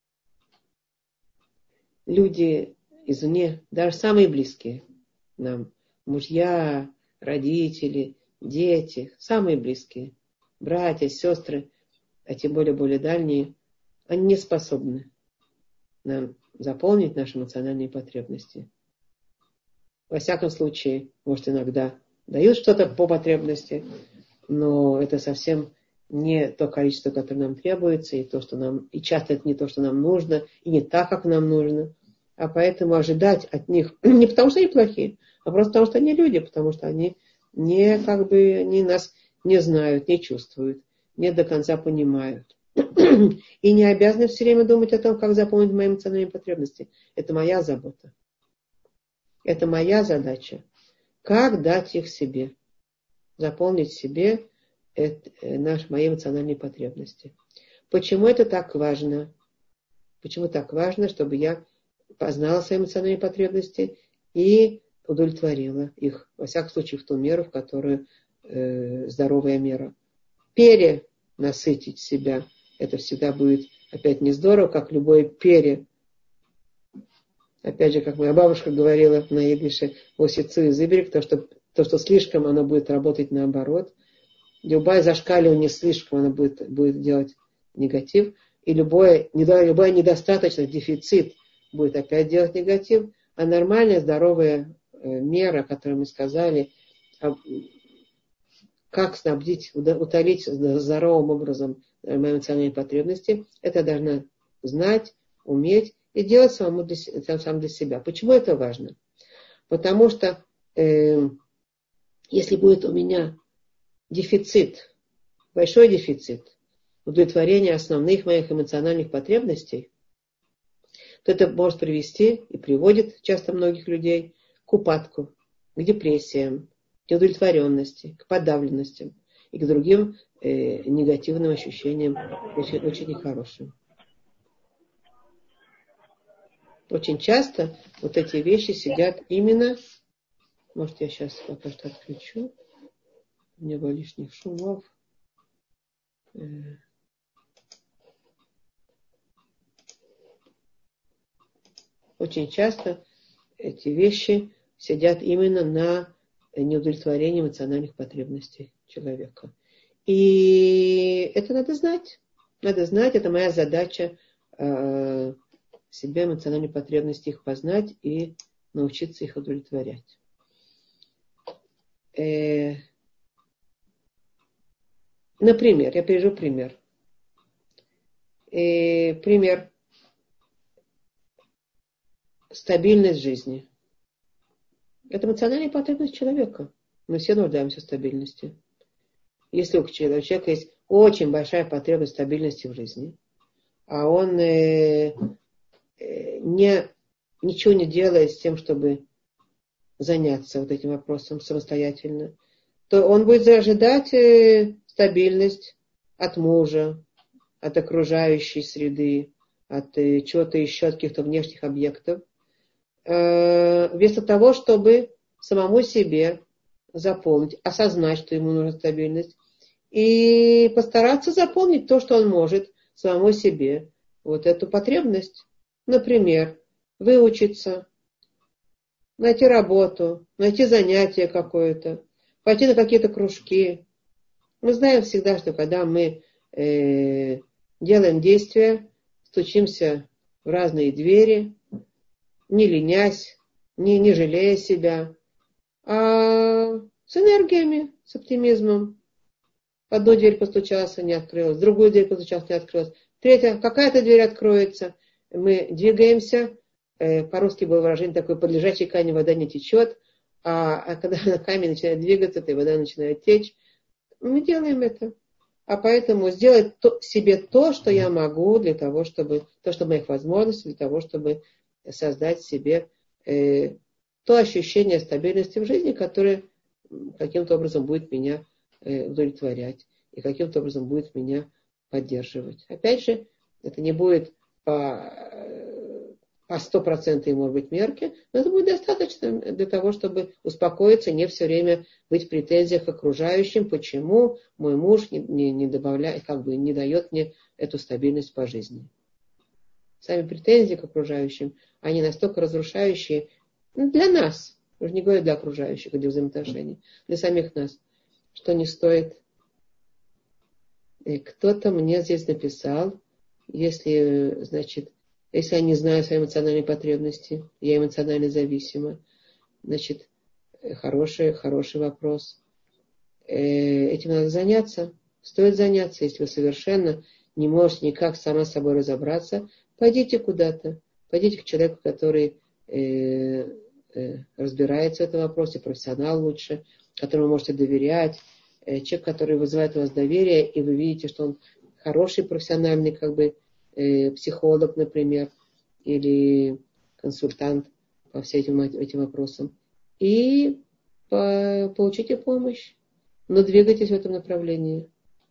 люди извне, даже самые близкие нам, мужья, родители, дети, самые близкие, братья, сестры, а тем более более дальние, они не способны нам заполнить наши эмоциональные потребности. Во всяком случае, может, иногда дают что-то по потребности, но это совсем не то количество, которое нам требуется, и, то, что нам, и часто это не то, что нам нужно, и не так, как нам нужно. А поэтому ожидать от них, не потому что они плохие, а просто потому что они люди, потому что они не, как бы, они нас не знают, не чувствуют, не до конца понимают. И не обязаны все время думать о том, как заполнить мои эмоциональные потребности. Это моя забота. Это моя задача. Как дать их себе? Заполнить себе это, наши, мои эмоциональные потребности. Почему это так важно? Почему так важно, чтобы я познала свои эмоциональные потребности и удовлетворила их, во всяком случае, в ту меру, в которую э, здоровая мера. Перенасытить себя. Это всегда будет опять не здорово, как любое пере. Опять же, как моя бабушка говорила на идише, осицу и зыберик, то что, то, что слишком, оно будет работать наоборот. Любая зашкаливание слишком, оно будет, будет делать негатив. И любое, любая недостаточность, дефицит будет опять делать негатив. А нормальная, здоровая мера, о которой мы сказали, как снабдить, утолить здоровым образом мои эмоциональные потребности, это должна знать, уметь и делать самому для, сам для себя. Почему это важно? Потому что э, если будет у меня дефицит, большой дефицит удовлетворения основных моих эмоциональных потребностей, то это может привести и приводит часто многих людей к упадку, к депрессиям, к неудовлетворенности, к подавленностям и к другим э, негативным ощущениям, очень, очень нехорошим. Очень часто вот эти вещи сидят именно, может я сейчас пока что отключу, не было лишних шумов. Очень часто эти вещи сидят именно на неудовлетворении эмоциональных потребностей человека. И это надо знать. Надо знать, это моя задача э, себе эмоциональные потребности их познать и научиться их удовлетворять. Э, например, я приведу пример. Э, пример. Стабильность жизни. Это эмоциональная потребность человека. Мы все нуждаемся в стабильности. Если у человека есть очень большая потребность стабильности в жизни, а он э, э, не, ничего не делает с тем, чтобы заняться вот этим вопросом самостоятельно, то он будет ожидать э, стабильность от мужа, от окружающей среды, от э, чего-то еще, от каких-то внешних объектов, э, вместо того, чтобы самому себе заполнить, осознать, что ему нужна стабильность, и постараться заполнить то, что он может самому себе, вот эту потребность. Например, выучиться, найти работу, найти занятие какое-то, пойти на какие-то кружки. Мы знаем всегда, что когда мы э, делаем действия, стучимся в разные двери, не ленясь, не, не жалея себя, а с энергиями, с оптимизмом. В одну дверь постучался, не открылась, в другую дверь постучался, не открылась, третья, какая-то дверь откроется. Мы двигаемся, э, по-русски было выражение такое, под лежачий камень вода не течет, а, а когда камень начинает двигаться, то и вода начинает течь. Мы делаем это. А поэтому сделать то, себе то, что я могу, для того, чтобы, то, что моих возможностей, для того, чтобы создать себе э, то ощущение стабильности в жизни, которое каким-то образом будет меня э, удовлетворять и каким-то образом будет меня поддерживать. Опять же, это не будет по, по сто процентов, может быть, мерке, но это будет достаточно для того, чтобы успокоиться, не все время быть в претензиях к окружающим, почему мой муж не, не, не добавляет, как бы не дает мне эту стабильность по жизни. Сами претензии к окружающим, они настолько разрушающие для нас, уже не говорю для окружающих, для взаимоотношений, для самих нас, что не стоит. И кто-то мне здесь написал, если, значит, если я не знаю свои эмоциональные потребности, я эмоционально зависима, значит, хороший, хороший вопрос. Этим надо заняться, стоит заняться, если вы совершенно не можете никак сама с собой разобраться, пойдите куда-то, пойдите к человеку, который э, э, разбирается в этом вопросе, профессионал лучше, которому вы можете доверять, э, человек, который вызывает у вас доверие, и вы видите, что он хороший профессиональный, как бы, э, психолог, например, или консультант по всем этим, этим вопросам. И по, получите помощь, но двигайтесь в этом направлении.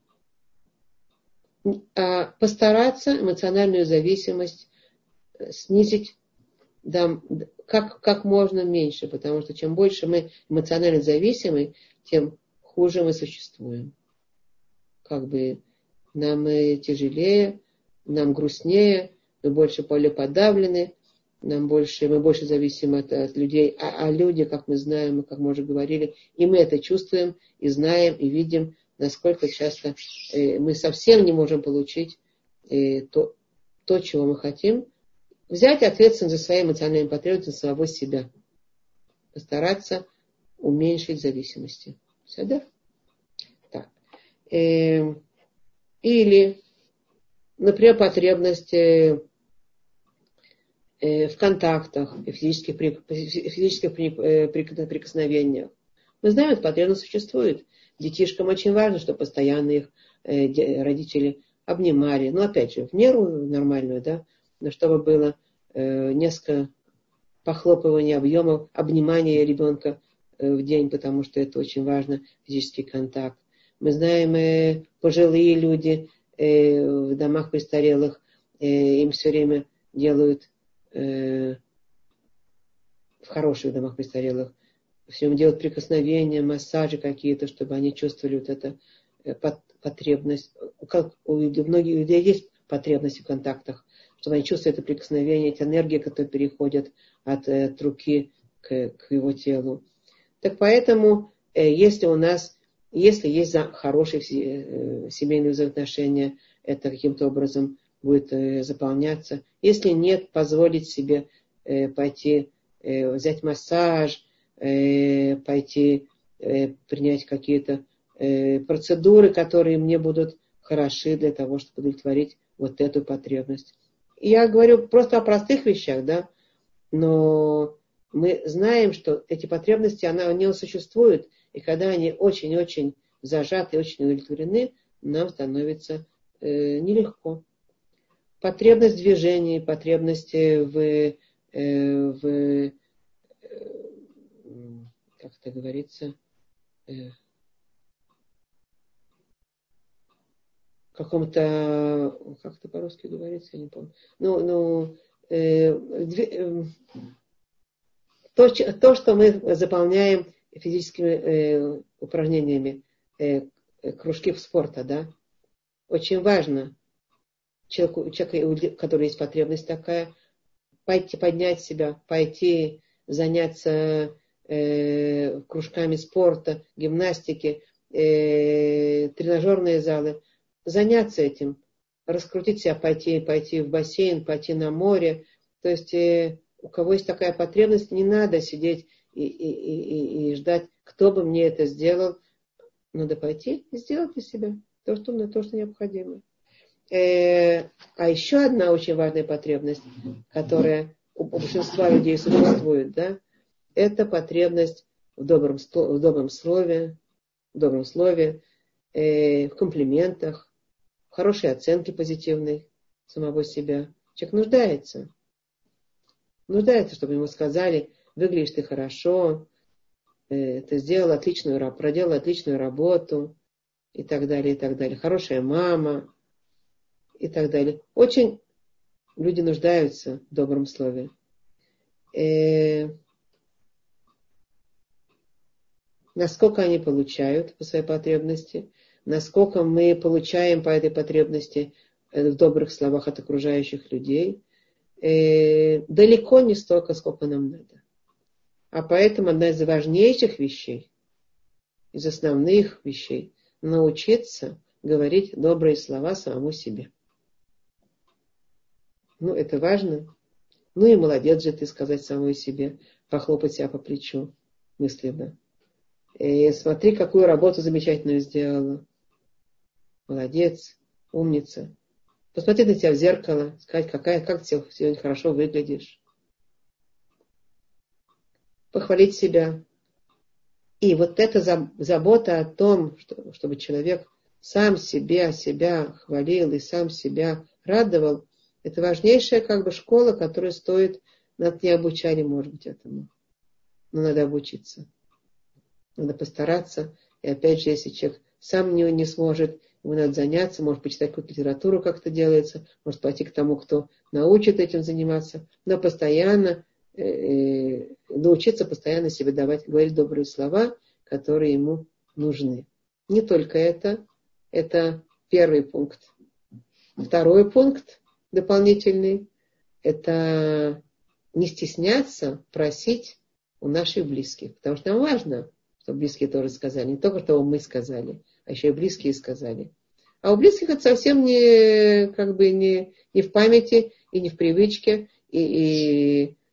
А постараться эмоциональную зависимость снизить да, как, как можно меньше, потому что чем больше мы эмоционально зависимы, тем хуже мы существуем. Как бы нам тяжелее, нам грустнее, мы больше подавлены, нам больше, мы больше зависим от, от людей. А, а люди, как мы знаем, и как мы уже говорили, и мы это чувствуем, и знаем, и видим, насколько часто э, мы совсем не можем получить э, то, то, чего мы хотим. Взять ответственность за свои эмоциональные потребности за самого себя. Постараться уменьшить зависимости. Все, да? Так. Э, или, например, потребность э, э, в контактах, в физических, физических прикосновениях. Мы знаем, эта потребность существует. Детишкам очень важно, чтобы постоянно их э, родители обнимали. Но опять же, в меру нормальную, да, но чтобы было э, несколько похлопываний объемов, обнимания ребенка э, в день, потому что это очень важно, физический контакт. Мы знаем, э, пожилые люди э, в домах престарелых, э, им все время делают, э, в хороших домах престарелых, все время делают прикосновения, массажи какие-то, чтобы они чувствовали вот эту э, потребность. Как у многих людей есть потребность в контактах, чтобы они чувствовали это прикосновение, эти энергии, которые переходят от, от руки к, к его телу. Так поэтому, э, если у нас, если есть хорошие э, семейные взаимоотношения, это каким-то образом будет э, заполняться. Если нет, позволить себе э, пойти, э, взять массаж, э, пойти э, принять какие-то э, процедуры, которые мне будут хороши для того, чтобы удовлетворить вот эту потребность. Я говорю просто о простых вещах, да, но мы знаем, что эти потребности, она, они существуют, и когда они очень-очень зажаты, очень удовлетворены, нам становится э, нелегко. Потребность в движении, потребность в, э, в э, как это говорится, э, каком-то, как это по-русски говорится, я не помню. Ну, ну, э, э, то, то, что мы заполняем физическими э, упражнениями, э, кружки в спорта, да, очень важно человеку, человеку, у которого есть потребность такая, пойти поднять себя, пойти заняться э, кружками спорта, гимнастики, э, тренажерные залы. Заняться этим, раскрутить себя, пойти, пойти в бассейн, пойти на море. То есть э, у кого есть такая потребность, не надо сидеть и, и, и, и ждать, кто бы мне это сделал. Надо пойти и сделать для себя то, что, то, что необходимо. Э, а еще одна очень важная потребность, которая у, у большинства людей существует, да, это потребность в добром, в добром слове, в добром слове, э, в комплиментах, в хорошей оценке позитивной самого себя. Человек нуждается. Нуждается, чтобы ему сказали: выглядишь ты хорошо, э, ты сделал отличную, проделал отличную работу, и так далее, и так далее. Хорошая мама, и так далее. Очень люди нуждаются в добром слове. Э, насколько они получают по своей потребности, насколько мы получаем по этой потребности в добрых словах от окружающих людей, э, далеко не столько, сколько нам надо. А поэтому одна из важнейших вещей, из основных вещей, научиться говорить добрые слова самому себе. Ну, это важно. Ну и молодец же ты, сказать самому себе, похлопать себя по плечу мысленно. И смотри, какую работу замечательную сделала. Молодец, умница. Посмотри на тебя в зеркало, сказать, какая, как ты сегодня хорошо выглядишь. Похвалить себя. И вот эта забота о том, чтобы человек сам себе, себя хвалил и сам себя радовал, это важнейшая как бы школа, которую стоит, нас не обучали, может быть, этому. Но надо обучиться. Надо постараться. И опять же, если человек сам не, не сможет, ему надо заняться, может почитать какую-то литературу, как это делается, может пойти к тому, кто научит этим заниматься, но постоянно э, научиться постоянно себе давать, говорить добрые слова, которые ему нужны. Не только это, это первый пункт. Второй пункт дополнительный, это не стесняться просить у наших близких, потому что нам важно, чтобы близкие тоже сказали, не только того мы сказали, а еще и близкие сказали. А у близких это совсем не, как бы не, не в памяти и не в привычке, и, и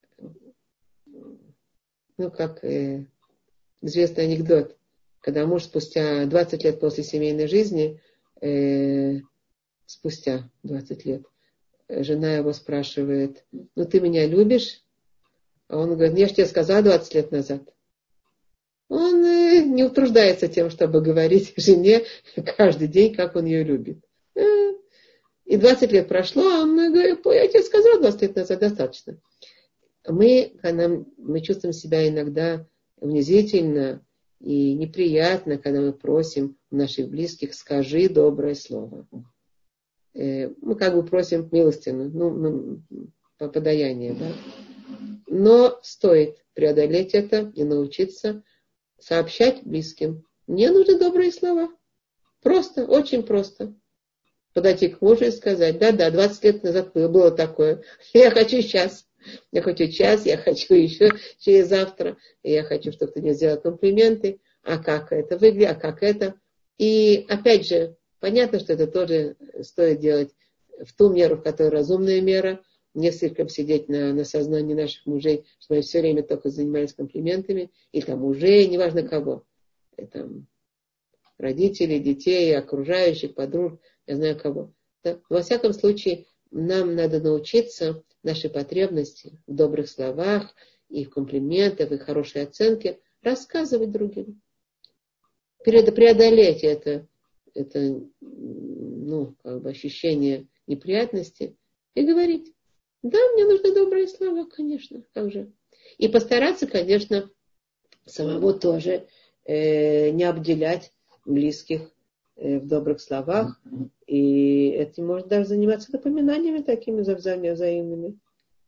ну, как э, известный анекдот, когда муж спустя двадцать лет после семейной жизни, э, спустя двадцать лет, жена его спрашивает: ну ты меня любишь? А он говорит: я же тебе сказала двадцать лет назад. Он э, не утруждается тем, чтобы говорить жене каждый день, как он ее любит. Э, и двадцать лет прошло, а он говорит: я тебе сказала двадцать лет назад, достаточно. Мы, когда мы чувствуем себя иногда унизительно и неприятно, когда мы просим у наших близких: скажи доброе слово. Э, мы как бы просим милостину, ну, ну, по подаянию, да? Но стоит преодолеть это и научиться сообщать близким: мне нужны добрые слова. Просто, очень просто. Подойти к мужу и сказать: да-да, двадцать лет назад было такое. Я хочу сейчас. Я хочу час, я хочу еще через завтра. Я хочу, чтобы ты мне сделал комплименты. А как это выглядит, а как это. И опять же, понятно, что это тоже стоит делать в ту меру, в которой разумная мера. Не слишком сидеть на, на сознании наших мужей, что мы все время только занимались комплиментами. И там мужей, неважно кого. И там родителей, детей, окружающих, подруг, я знаю кого. Да? Во всяком случае, нам надо научиться наши потребности в добрых словах, и в комплиментах, и в хорошей оценке рассказывать другим. Преодолеть это, это ну, как бы ощущение неприятности и говорить: да, мне нужны добрые слова, конечно, как же. И постараться, конечно, самому тоже э, не обделять близких э, в добрых словах. И этим можно даже заниматься напоминаниями такими взаимными.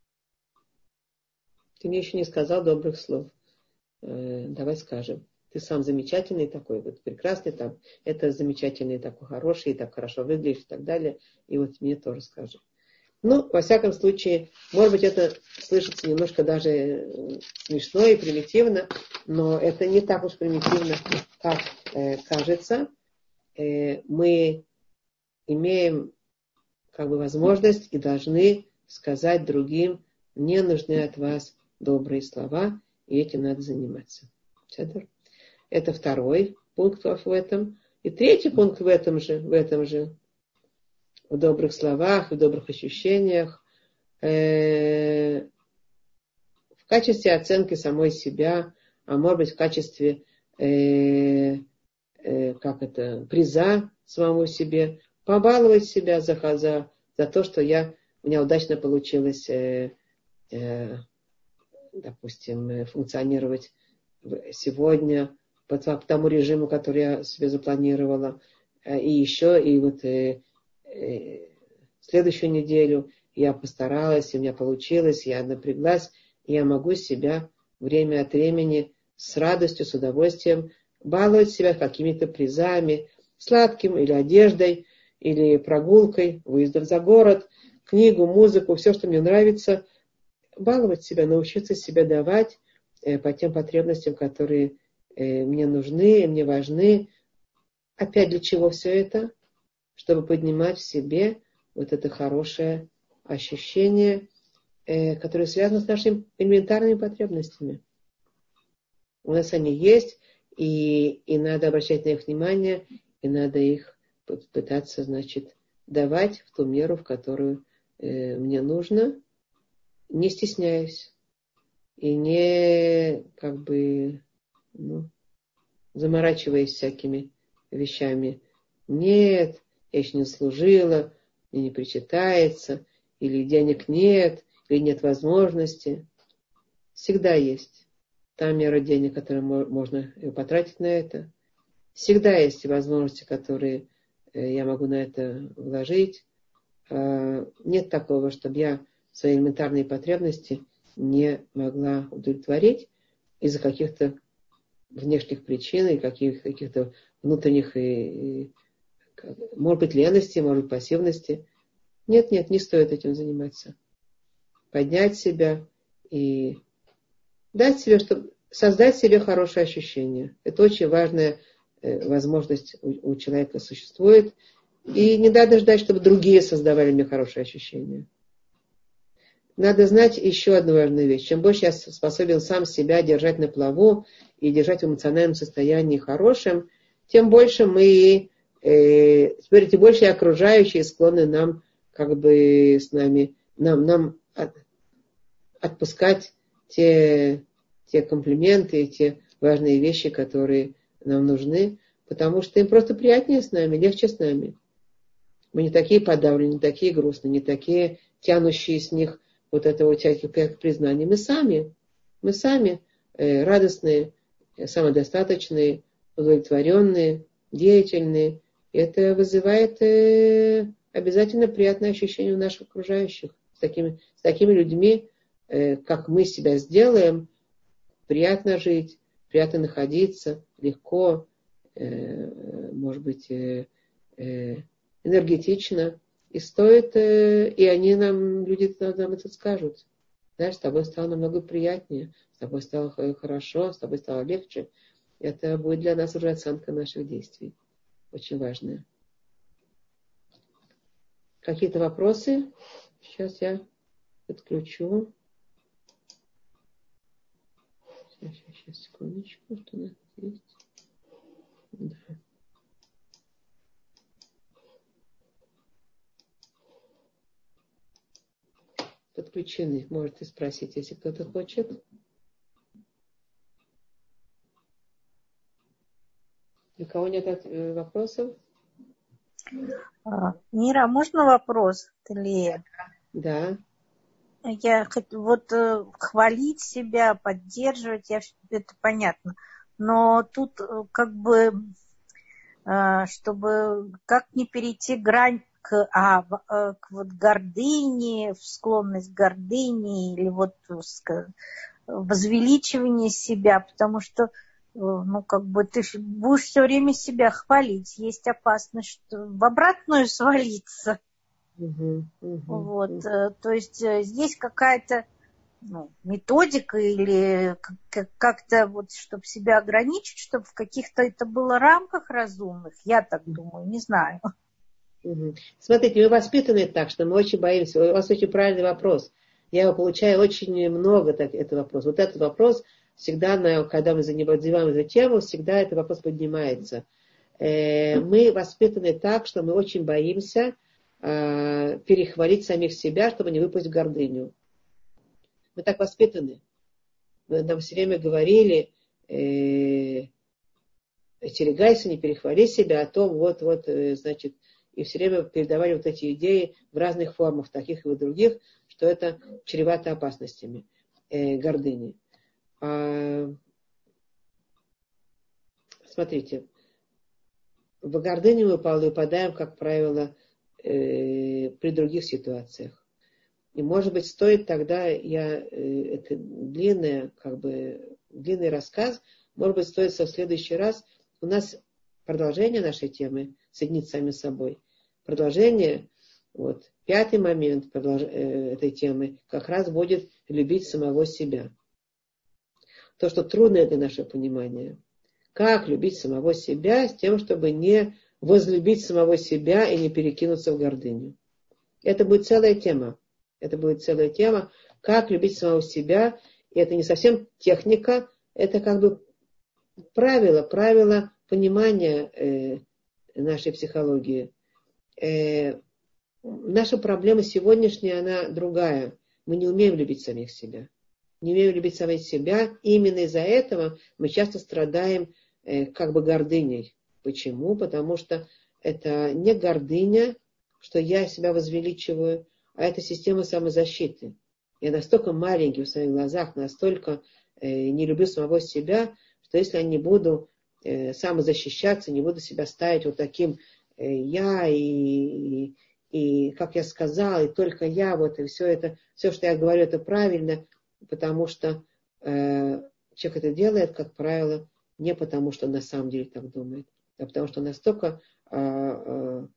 Ты мне еще не сказал добрых слов. Э, давай скажем. Ты сам замечательный такой, вот прекрасный там, это замечательный такой, хороший, так хорошо выглядишь и так далее. И вот мне тоже скажи. Ну, во всяком случае, может быть, это слышится немножко даже смешно и примитивно, но это не так уж примитивно, как э, кажется. Э, мы имеем как бы возможность и должны сказать другим: мне нужны от вас добрые слова, и этим надо заниматься. Это второй пункт в этом. И третий пункт в этом же, в этом же, в добрых словах, в добрых ощущениях, э, в качестве оценки самой себя, а может быть в качестве э, э, как это, приза самому себе, побаловать себя за, за, за то, что я, у меня удачно получилось, э, э, допустим, функционировать сегодня по, по тому режиму, который я себе запланировала, и еще, и вот э, э, следующую неделю я постаралась, и у меня получилось, я напряглась, и я могу себя время от времени с радостью, с удовольствием баловать себя какими-то призами, сладким или одеждой, или прогулкой, выездом за город, книгу, музыку, все, что мне нравится, баловать себя, научиться себя давать э, по тем потребностям, которые э, мне нужны, мне важны. Опять для чего все это? Чтобы поднимать в себе вот это хорошее ощущение, э, которое связано с нашими элементарными потребностями. У нас они есть, и, и надо обращать на них внимание, и надо их пытаться, значит, давать в ту меру, в которую э, мне нужно, не стесняясь и не как бы ну, заморачиваясь всякими вещами. Нет, я еще не служила, мне не причитается, или денег нет, или нет возможности. Всегда есть та мера денег, которую можно потратить на это. Всегда есть возможности, которые я могу на это вложить. Нет такого, чтобы я свои элементарные потребности не могла удовлетворить из-за каких-то внешних причин и каких- каких-то внутренних, и, и, может быть, лености, может быть, пассивности. Нет, нет, не стоит этим заниматься. Поднять себя и дать себе, чтобы создать себе хорошее ощущение. Это очень важная э, возможность у, у человека существует. И не надо ждать, чтобы другие создавали мне хорошее ощущение. Надо знать еще одну важную вещь. Чем больше я способен сам себя держать на плаву и держать в эмоциональном состоянии хорошим, тем больше мы, э, теперь тем больше окружающие склонны нам, как бы с нами, нам, нам от, отпускать те, те комплименты, те важные вещи, которые нам нужны, потому что им просто приятнее с нами, легче с нами. Мы не такие подавленные, не такие грустные, не такие тянущие с них вот этого тяги к признанию. Мы сами, мы сами э, радостные, э, самодостаточные, удовлетворенные, деятельные. И это вызывает э, обязательно приятное ощущение у наших окружающих. С такими, с такими людьми, э, как мы себя сделаем, приятно жить, приятно находиться, легко, э, может быть, э, э, энергетично. И стоит, э, и они нам, люди нам это скажут. Знаешь, с тобой стало намного приятнее, с тобой стало хорошо, с тобой стало легче. Это будет для нас уже оценка наших действий. Очень важная. Какие-то вопросы? Сейчас я подключу. Сейчас, сейчас, сейчас, секундочку, что у нас есть. Да. Подключены. Можете спросить, если кто-то хочет. У кого нет вопросов? Мира, можно вопрос? Талия? Да. Я хочу вот э, хвалить себя, поддерживать, я, это понятно. Но тут э, как бы, э, чтобы как не перейти грань к, а, э, к вот гордыне, в склонность к гордыне или вот к возвеличиванию себя, потому что ну, как бы ты будешь все время себя хвалить. Есть опасность, что в обратную свалиться. Угу, угу, Вот, угу. то есть есть какая-то ну, методика или как-то вот, чтобы себя ограничить, чтобы в каких-то это было рамках разумных, я так думаю, не знаю. Угу. Смотрите, мы воспитаны так, что мы очень боимся. У вас очень правильный вопрос. Я его получаю очень много, так, этот вопрос. Вот этот вопрос всегда, когда мы занимаем эту тему, всегда этот вопрос поднимается. Мы воспитаны так, что мы очень боимся перехвалить самих себя, чтобы не выпасть в гордыню. Мы так воспитаны. Нам все время говорили, э, остерегайся, не перехвали себя, а то вот-вот, э, значит, и все время передавали вот эти идеи в разных формах, таких и в других, что это чревато опасностями э, гордыни. А, смотрите, в гордыню мы выпадаем, как правило, э, при других ситуациях. И, может быть, стоит тогда, я, э, это длинное, как бы, длинный рассказ, может быть, стоит в следующий раз. У нас продолжение нашей темы «Соединить сами с собой». Продолжение, вот, пятый момент продолж, э, этой темы как раз будет любить самого себя. То, что трудное для нашего понимания. Как любить самого себя с тем, чтобы не возлюбить самого себя и не перекинуться в гордыню. Это будет целая тема. Это будет целая тема, как любить самого себя. И это не совсем техника, это как бы правило, правило понимания э, нашей психологии. Э, наша проблема сегодняшняя, она другая. Мы не умеем любить самих себя. Не умеем любить самих себя. И именно из-за этого мы часто страдаем э, как бы гордыней. Почему? Потому что это не гордыня, что я себя возвеличиваю, а это система самозащиты. Я настолько маленький в своих глазах, настолько э, не люблю самого себя, что если я не буду э, самозащищаться, не буду себя ставить вот таким э, я и, и, и, как я сказал, и только я, вот и все это, все, что я говорю, это правильно, потому что э, человек это делает, как правило, не потому, что на самом деле так думает, а потому что настолько э, э,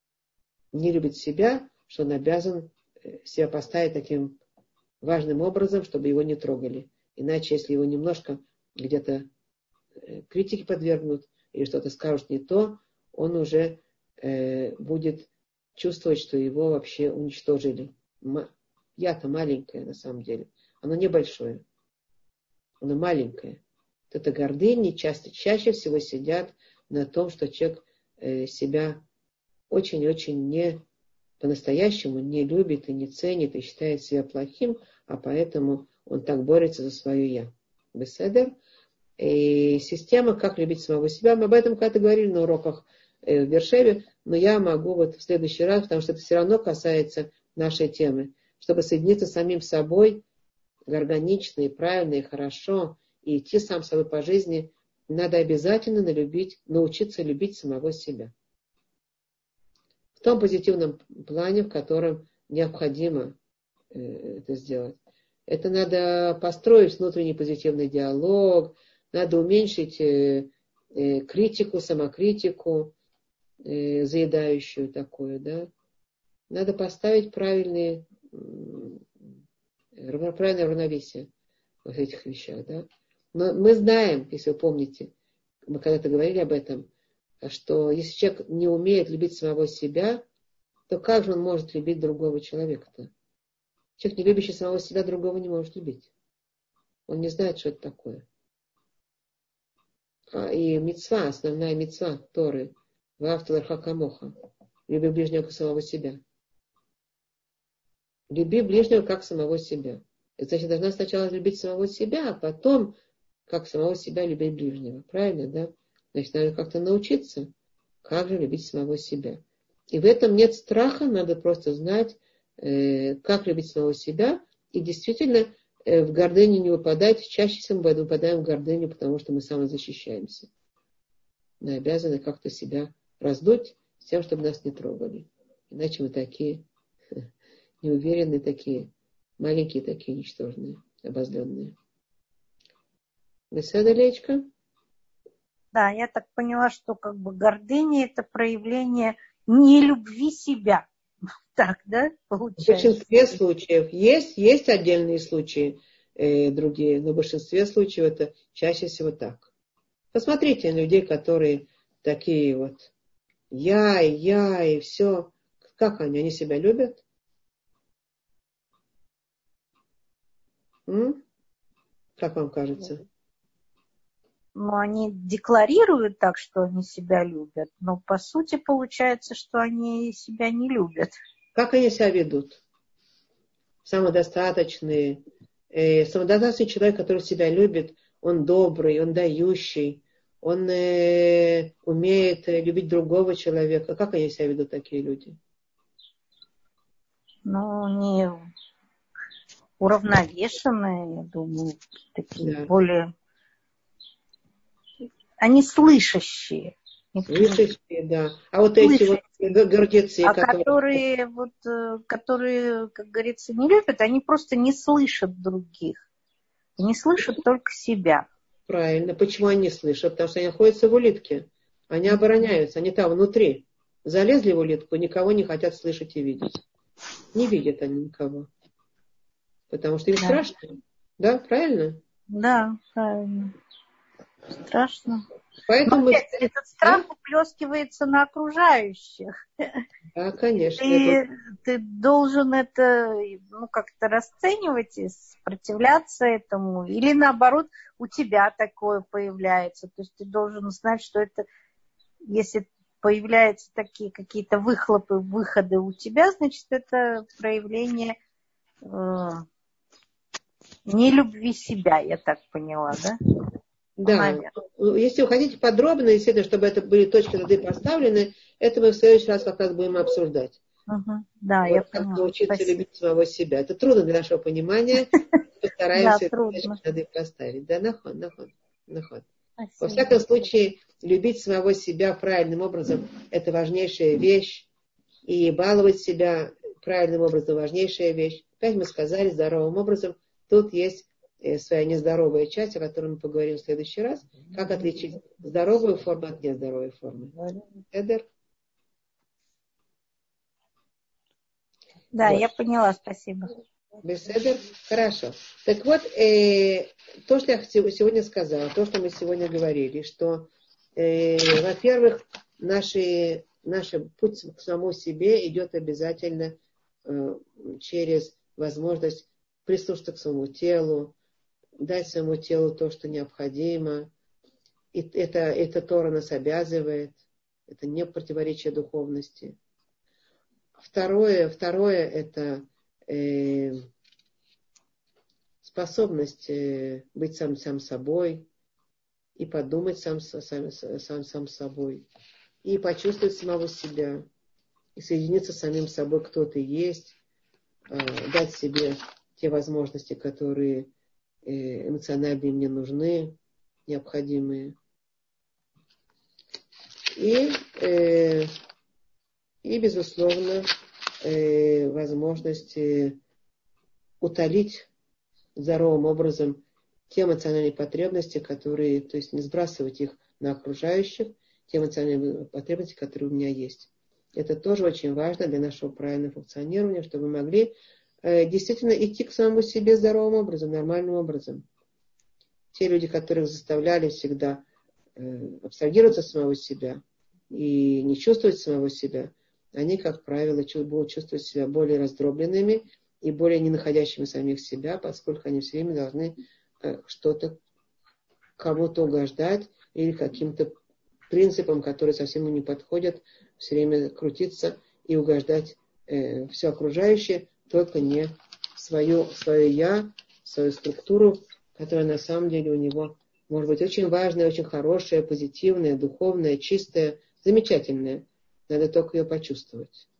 не любит себя, что он обязан себя поставить таким важным образом, чтобы его не трогали. Иначе, если его немножко где-то критике подвергнут или что-то скажут не то, он уже э, будет чувствовать, что его вообще уничтожили. Я-то маленькая на самом деле. Оно небольшое. Оно маленькое. Вот это гордыни часто, чаще всего сидят на том, что человек э, себя очень-очень не по-настоящему не любит и не ценит и считает себя плохим, а поэтому он так борется за свое «я». Беседер. И система «Как любить самого себя». Мы об этом когда-то говорили на уроках в Бершеве, но я могу вот в следующий раз, потому что это все равно касается нашей темы, чтобы соединиться с самим собой гармонично и правильно и хорошо, и идти сам собой по жизни, надо обязательно налюбить, научиться любить самого себя. В том позитивном плане, в котором необходимо э, это сделать. Это надо построить внутренний позитивный диалог, надо уменьшить э, э, критику, самокритику, э, заедающую такую, да. Надо поставить правильные, э, правильное равновесие в этих вещах, да. Но мы знаем, если вы помните, мы когда-то говорили об этом, что если человек не умеет любить самого себя, то как же он может любить другого человека-то? Человек, не любящий самого себя, другого не может любить. Он не знает, что это такое. А, и мицва, основная мицва Торы, ваавта лареха камоха, люби ближнего как самого себя. Люби ближнего как самого себя. Это значит, должна сначала любить самого себя, а потом как самого себя любить ближнего. Правильно, да? Значит, надо как-то научиться, как же любить самого себя. И в этом нет страха, надо просто знать, э, как любить самого себя. И действительно э, в гордыню не выпадать. Чаще всего мы выпадаем в гордыню, потому что мы самозащищаемся. Мы обязаны как-то себя раздуть с тем, чтобы нас не трогали. Иначе мы такие неуверенные, такие маленькие, такие ничтожные, обозленные. Беседа, Лечка? Да, я так поняла, что как бы гордыня — это проявление нелюбви себя. Так, да, В получается? большинстве случаев есть, есть отдельные случаи э, другие, но в большинстве случаев это чаще всего так. Посмотрите на людей, которые такие вот я, и я, и все. Как они? Они себя любят? М? Как вам кажется? Ну, они декларируют так, что они себя любят, но по сути получается, что они себя не любят. Как они себя ведут? Самодостаточные. Э, самодостаточный человек, который себя любит, он добрый, он дающий, он э, умеет э, любить другого человека. Как они себя ведут, такие люди? Ну, они уравновешенные, я думаю, такие Да. более... Они слышащие. Слышащие, да. А вот эти вот гордецы, а которые... которые, вот, которые, как говорится, не любят, они просто не слышат других. Они слышат только себя. Правильно. Почему они не слышат? Потому что они находятся в улитке. Они обороняются, они там внутри. Залезли в улитку, никого не хотят слышать и видеть. Не видят они никого. Потому что им да. страшно. Да, правильно? Да, правильно. Страшно. Поэтому мы... Этот страх да? выплескивается на окружающих. Да, конечно. Ты, ты должен это ну, как-то расценивать и сопротивляться этому. Или наоборот, у тебя такое появляется. То есть ты должен знать, что это, если появляются такие какие-то выхлопы, выходы у тебя, значит, это проявление э, нелюбви себя, я так поняла, да? Да, ну, если вы хотите подробно, естественно, чтобы это были точки над «и» поставлены, это мы в следующий раз как раз будем обсуждать. Угу. Да, вот, я как поняла. научиться Спасибо. любить самого себя. Это трудно для нашего понимания. Постараемся это точки над «и» поставить. Да, нахон, нахон, нахон. Во всяком случае, любить самого себя правильным образом – это важнейшая вещь. И баловать себя правильным образом – важнейшая вещь. Опять мы сказали здоровым образом. Тут есть своя нездоровая часть, о которой мы поговорим в следующий раз. Как отличить здоровую форму от нездоровой формы. Эдер? Да, вот. Я поняла, спасибо. Беседер? Хорошо. Так вот, э, то, что я сегодня сказала, то, что мы сегодня говорили, что, э, во-первых, наши, наш путь к самому себе идет обязательно э, через возможность прислушаться к своему телу, дать своему телу то, что необходимо. И это, это Тора нас обязывает. Это не противоречие духовности. Второе, второе это э, способность э, быть сам, сам собой и подумать сам, сам, сам, сам собой. И почувствовать самого себя. И соединиться с самим собой, кто ты есть. Э, дать себе те возможности, которые эмоциональные мне нужны, необходимые. И, э, и безусловно, э, возможность э, утолить здоровым образом те эмоциональные потребности, которые, то есть не сбрасывать их на окружающих, те эмоциональные потребности, которые у меня есть. Это тоже очень важно для нашего правильного функционирования, чтобы мы могли действительно идти к самому себе здоровым образом, нормальным образом. Те люди, которых заставляли всегда э, абстрагироваться от самого себя и не чувствовать самого себя, они, как правило, будут чувствовать себя более раздробленными и более не находящими самих себя, поскольку они все время должны э, что-то кому-то угождать или каким-то принципам, которые совсем им не подходят, все время крутиться и угождать э, все окружающее, только не свое, свое «я», свою структуру, которая на самом деле у него может быть очень важная, очень хорошая, позитивная, духовная, чистая, замечательная. Надо только ее почувствовать.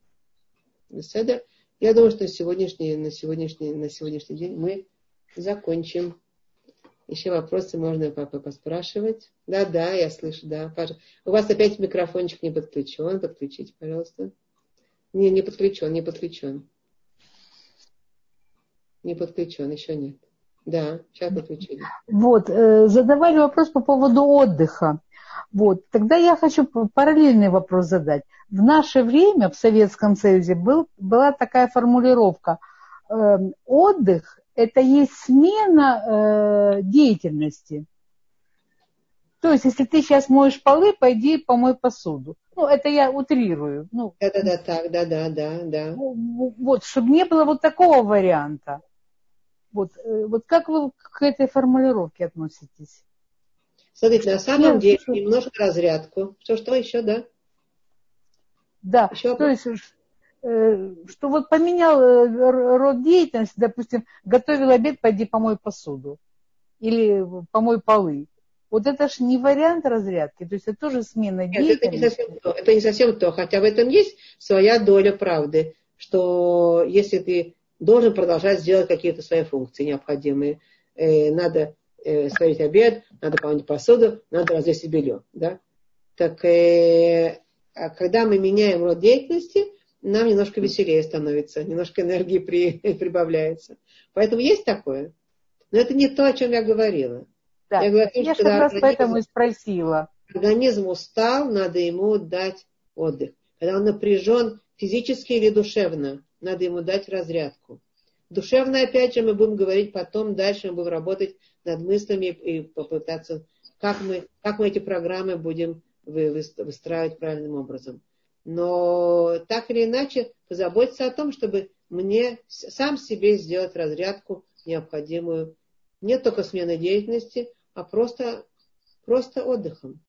Я думаю, что на сегодняшний, на сегодняшний, на сегодняшний день мы закончим. Еще вопросы можно папа поспрашивать. Да, да, я слышу, да. У вас опять микрофончик не подключен. Подключите, пожалуйста. Не, не подключен, не подключен. Не подключен, еще нет. Да, сейчас подключили. Вот, э, задавали вопрос по поводу отдыха. Вот. Тогда я хочу параллельный вопрос задать. В наше время в Советском Союзе был, была такая формулировка. Э, отдых – это есть смена э, деятельности. То есть, если ты сейчас моешь полы, пойди помой посуду. Ну, это я утрирую. Ну, Да-да-да, так, да-да-да, да. Вот, чтобы не было вот такого варианта. Вот, вот как вы к этой формулировке относитесь? Смотрите, на самом Нет, деле, что... немножко разрядку. Что-что еще, да? Да, еще то есть, э, что вот поменял э, род деятельности, допустим, готовил обед, пойди помой посуду. Или помой полы. Вот это ж не вариант разрядки, то есть это тоже смена Нет, деятельности. это не совсем то, это не совсем то, хотя в этом есть своя доля правды, что если ты должен продолжать сделать какие-то свои функции необходимые, э, надо э, сварить обед, надо помыть посуду, надо развесить белье, да? Так э, а когда мы меняем род деятельности, нам немножко веселее становится, немножко энергии при, прибавляется. Поэтому есть такое. Но это не то, о чем я говорила. Да. Я, говорю, Я что как раз организм, поэтому и спросила. Организм устал, надо ему дать отдых. Когда он напряжен физически или душевно, надо ему дать разрядку. Душевно, опять же, мы будем говорить потом, дальше мы будем работать над мыслями и попытаться, как мы, как мы эти программы будем выстраивать правильным образом. Но так или иначе позаботиться о том, чтобы мне сам себе сделать разрядку необходимую, не только сменой деятельности, а просто, просто отдыхом.